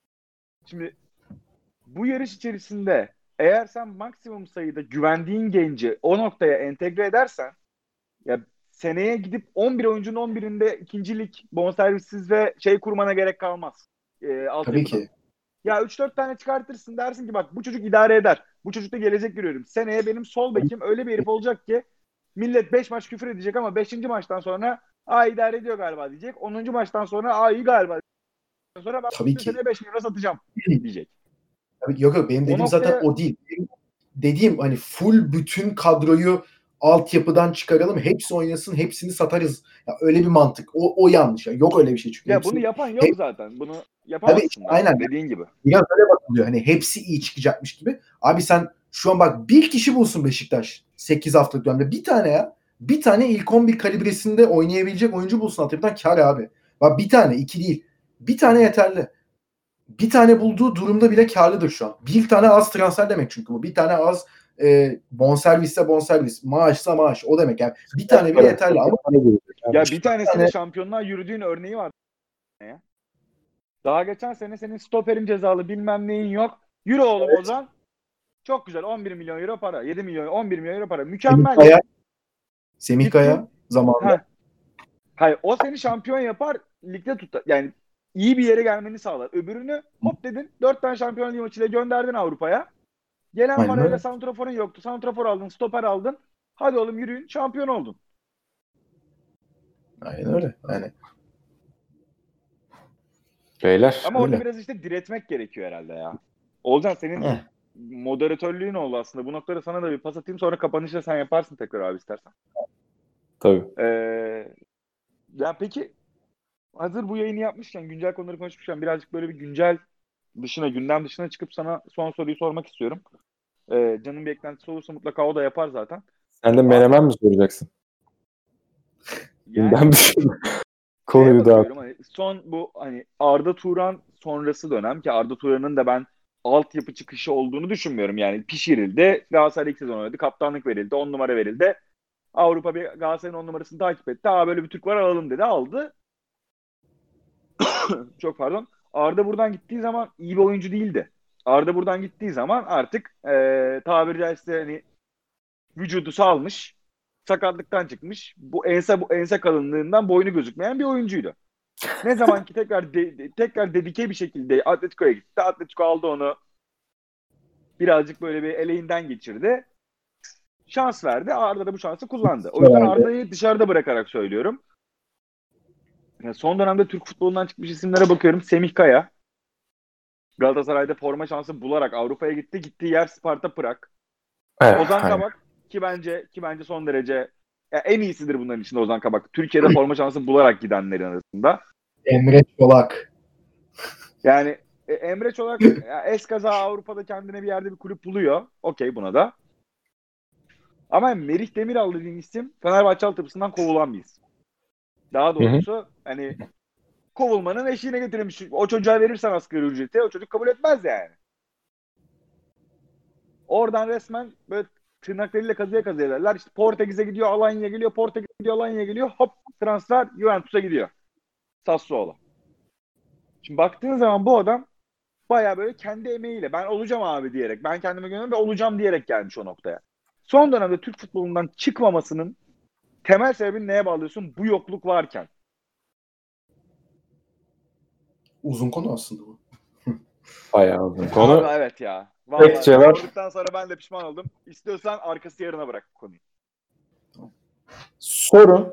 Speaker 3: Şimdi bu yarış içerisinde eğer sen maksimum sayıda güvendiğin genci o noktaya entegre edersen ya seneye gidip on bir oyuncunun on birinde ikincilik bonservissiz ve şey kurmana gerek kalmaz. E,
Speaker 2: Tabii ki.
Speaker 3: Ya üç dört tane çıkartırsın dersin ki bak bu çocuk idare eder. Bu çocukta gelecek görüyorum. Seneye benim sol bekim öyle bir herif olacak ki millet beş maç küfür edecek ama beşinci maçtan sonra aa idare ediyor galiba diyecek. onuncu maçtan sonra aa iyi galiba. Sonra ben
Speaker 2: Tabii ki.
Speaker 3: seneye beş milyon satacağım diyecek.
Speaker 2: Tabii, yok yok benim dediğim
Speaker 3: o noktaya...
Speaker 2: zaten o değil. Benim dediğim hani full bütün kadroyu altyapıdan çıkaralım. Hepsi oynasın. Hepsini satarız. Ya öyle bir mantık. O, o yanlış. Ya. Yok öyle bir şey çünkü.
Speaker 3: Ya
Speaker 2: hepsini,
Speaker 3: bunu yapan yok
Speaker 2: hep,
Speaker 3: zaten. Bunu yapamazsın.
Speaker 2: Tabii, aynen.
Speaker 3: Dediğin gibi.
Speaker 2: Biraz öyle bakılıyor. Hani hepsi iyi çıkacakmış gibi. Abi sen şu an bak bir kişi bulsun Beşiktaş. sekiz haftalık dönemde. Bir tane ya. Bir tane ilk on bir kalibresinde oynayabilecek oyuncu bulsun altyapıdan kar abi. Bak bir tane. iki değil. Bir tane yeterli. Bir tane bulduğu durumda bile karlıdır şu an. Bir tane az transfer demek çünkü bu. Bir tane az e, bonservisse bonservis, maaşsa maaş. O demek yani. Bir tane bile yeterli ama
Speaker 3: ya bir tanesiyle tane... şampiyonluğa yürüdüğün örneği var. Daha geçen sene senin stoperin cezalı bilmem neyin yok. Yürü oğlum evet. Ozan. Çok güzel. on bir milyon euro para. yedi milyon, on bir milyon euro para. Mükemmel.
Speaker 2: Semih Kaya, Semih Kaya zamanında.
Speaker 3: Ha. Hayır, o seni şampiyon yapar, ligde tutar. Yani iyi bir yere gelmeni sağlar. Öbürünü hop dedin, dört tane Şampiyon Ligi maçıyla gönderdin Avrupa'ya. Gelen Aynen parayla öyle. Santrafor'un yoktu. Santrafor aldın, stoper aldın. Hadi oğlum yürüyün, şampiyon oldun.
Speaker 2: Aynen öyle. Yani.
Speaker 1: Beyler.
Speaker 3: Ama öyle. Orada biraz işte diretmek gerekiyor herhalde ya. Olcan senin Heh. moderatörlüğün oldu aslında. Bu noktada sana da bir pas atayım, sonra kapanışta sen yaparsın tekrar abi istersen.
Speaker 1: Tabii.
Speaker 3: Ee, ya peki hazır bu yayını yapmışken, güncel konuları konuşmuşken birazcık böyle bir güncel dışına, gündem dışına çıkıp sana son soruyu sormak istiyorum. Ee, canın bir eklentisi olursa mutlaka o da yapar zaten.
Speaker 1: Sen de menemen mi soracaksın?
Speaker 3: Yani,
Speaker 1: gündem dışında. Konuyu da
Speaker 3: hani son bu hani Arda Turan sonrası dönem ki Arda Turan'ın da ben altyapı çıkışı olduğunu düşünmüyorum. Yani pişirildi. Galatasaray ilk sezon oynadı. Kaptanlık verildi. on numara verildi. Avrupa bir Galatasaray'ın on numarasını takip etti. Aa böyle bir Türk var alalım dedi. Aldı. Çok pardon. Arda buradan gittiği zaman iyi bir oyuncu değildi. Arda buradan gittiği zaman artık ee, tabiri caizse hani vücudu salmış. Sakatlıktan çıkmış. Bu ense bu ense kalınlığından boynu gözükmeyen bir oyuncuydu. Ne zaman ki tekrar de, de- tekrar dedike bir şekilde Atletico'ya gitti. Atletico aldı onu. Birazcık böyle bir eleğinden geçirdi. Şans verdi. Arda da bu şansı kullandı. O yüzden Arda'yı dışarıda bırakarak söylüyorum. Yani son dönemde Türk futbolundan çıkmış isimlere bakıyorum. Semih Kaya. Galatasaray'da forma şansı bularak Avrupa'ya gitti. Gittiği yer Sparta Prag.
Speaker 1: Evet,
Speaker 3: Ozan
Speaker 1: aynen.
Speaker 3: Kabak ki bence ki bence son derece ya en iyisidir bunların içinde Ozan Kabak. Türkiye'de forma şansı bularak gidenlerin arasında.
Speaker 2: Emre Çolak.
Speaker 3: Yani e, Emre Çolak ya, eskaza Avrupa'da kendine bir yerde bir kulüp buluyor. Okey buna da. Ama Merih Demiral dediğin isim Fenerbahçe altyapısından kovulan bir isim. Daha doğrusu hani kovulmanın eşiğine getirilmiş. O çocuğa verirsen asgari ücreti o çocuk kabul etmez yani. Oradan resmen böyle tırnaklarıyla kazıya kazıya derler. İşte Portekiz'e gidiyor, Alanya'ya geliyor, Portekiz'e gidiyor, Alanya'ya geliyor. Hop transfer Juventus'a gidiyor. Sassuolo. Şimdi baktığın zaman bu adam bayağı böyle kendi emeğiyle ben olacağım abi diyerek, ben kendime güveniyorum ve olacağım diyerek gelmiş o noktaya. Son dönemde Türk futbolundan çıkmamasının temel sebebini neye bağlıyorsun? Bu yokluk varken.
Speaker 2: Uzun konu aslında bu.
Speaker 1: Bayağı uzun konu.
Speaker 3: Abi evet ya. Vallahi
Speaker 1: Tek cevap-
Speaker 3: sorduktan sonra ben de pişman oldum. İstiyorsan arkası yarına bırak bu konuyu.
Speaker 1: Sorun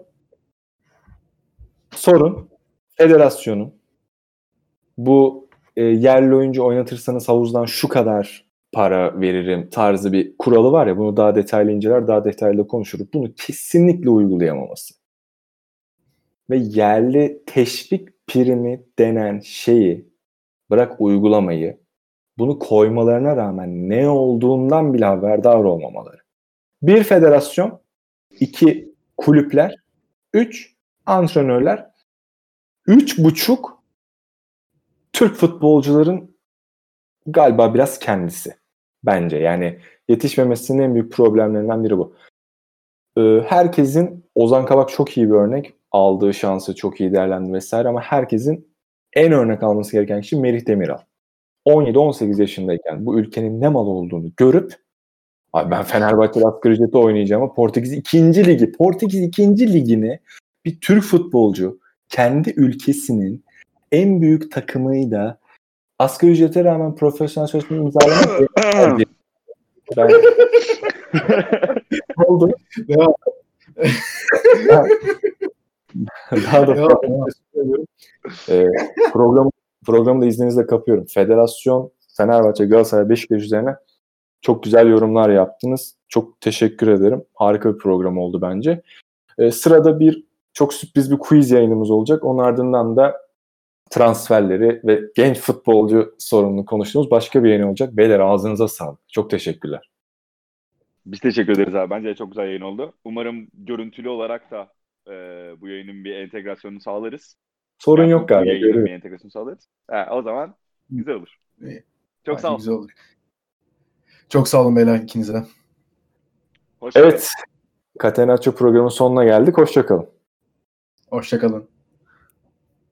Speaker 1: sorun federasyonun bu e, yerli oyuncu oynatırsanız havuzdan şu kadar para veririm tarzı bir kuralı var ya, bunu daha detaylı inceler, daha detaylı konuşuruz. Bunu kesinlikle uygulayamaması. Ve yerli teşvik primi denen şeyi, bırak uygulamayı, bunu koymalarına rağmen ne olduğundan bile haberdar olmamaları. Bir federasyon, iki kulüpler, üç antrenörler, üç buçuk Türk futbolcuların galiba biraz kendisi. Bence yani yetişmemesinin en büyük problemlerinden biri bu. Ee, herkesin, Ozan Kabak çok iyi bir örnek. Aldığı şansı çok iyi değerlendirdi vesaire ama herkesin en örnek alması gereken kişi Merih Demiral. on yedi on sekiz yaşındayken bu ülkenin ne mal olduğunu görüp abi ben Fenerbahçe'de asgari ücreti oynayacağım ama Portekiz ikinci ligi, Portekiz ikinci ligini bir Türk futbolcu kendi ülkesinin en büyük takımıyla asgari ücrete rağmen profesyonel sözleşme imzalamak ben oldu.
Speaker 2: Ya.
Speaker 1: Daha da fazla söylüyorum. Ee, program, programı da izninizle kapıyorum. Federasyon, Fenerbahçe, Galatasaray, Beşiktaş üzerine çok güzel yorumlar yaptınız. Çok teşekkür ederim. Harika bir program oldu bence. Ee, sırada bir çok sürpriz bir quiz yayınımız olacak. Onun ardından da transferleri ve genç futbolcu sorununu konuştuğumuz başka bir yayın olacak. Beyler ağzınıza sağlık. Çok teşekkürler.
Speaker 3: Biz teşekkür ederiz abi. Bence çok güzel yayın oldu. Umarım görüntülü olarak da e, bu yayının bir entegrasyonunu sağlarız.
Speaker 1: Sorun
Speaker 3: Yani
Speaker 1: yok
Speaker 3: bu
Speaker 1: galiba.
Speaker 3: yayının
Speaker 1: Görüyorum.
Speaker 3: bir entegrasyonu sağlarız. Ha, o zaman güzel olur.
Speaker 2: İyi.
Speaker 3: Çok
Speaker 2: Bence
Speaker 3: sağ ol.
Speaker 2: güzel olur. Çok sağ olun beyler ikinize.
Speaker 3: Hoşça kalın.
Speaker 1: Evet. Catenaccio programının sonuna geldik. Hoşça kalın.
Speaker 2: Hoşça kalın.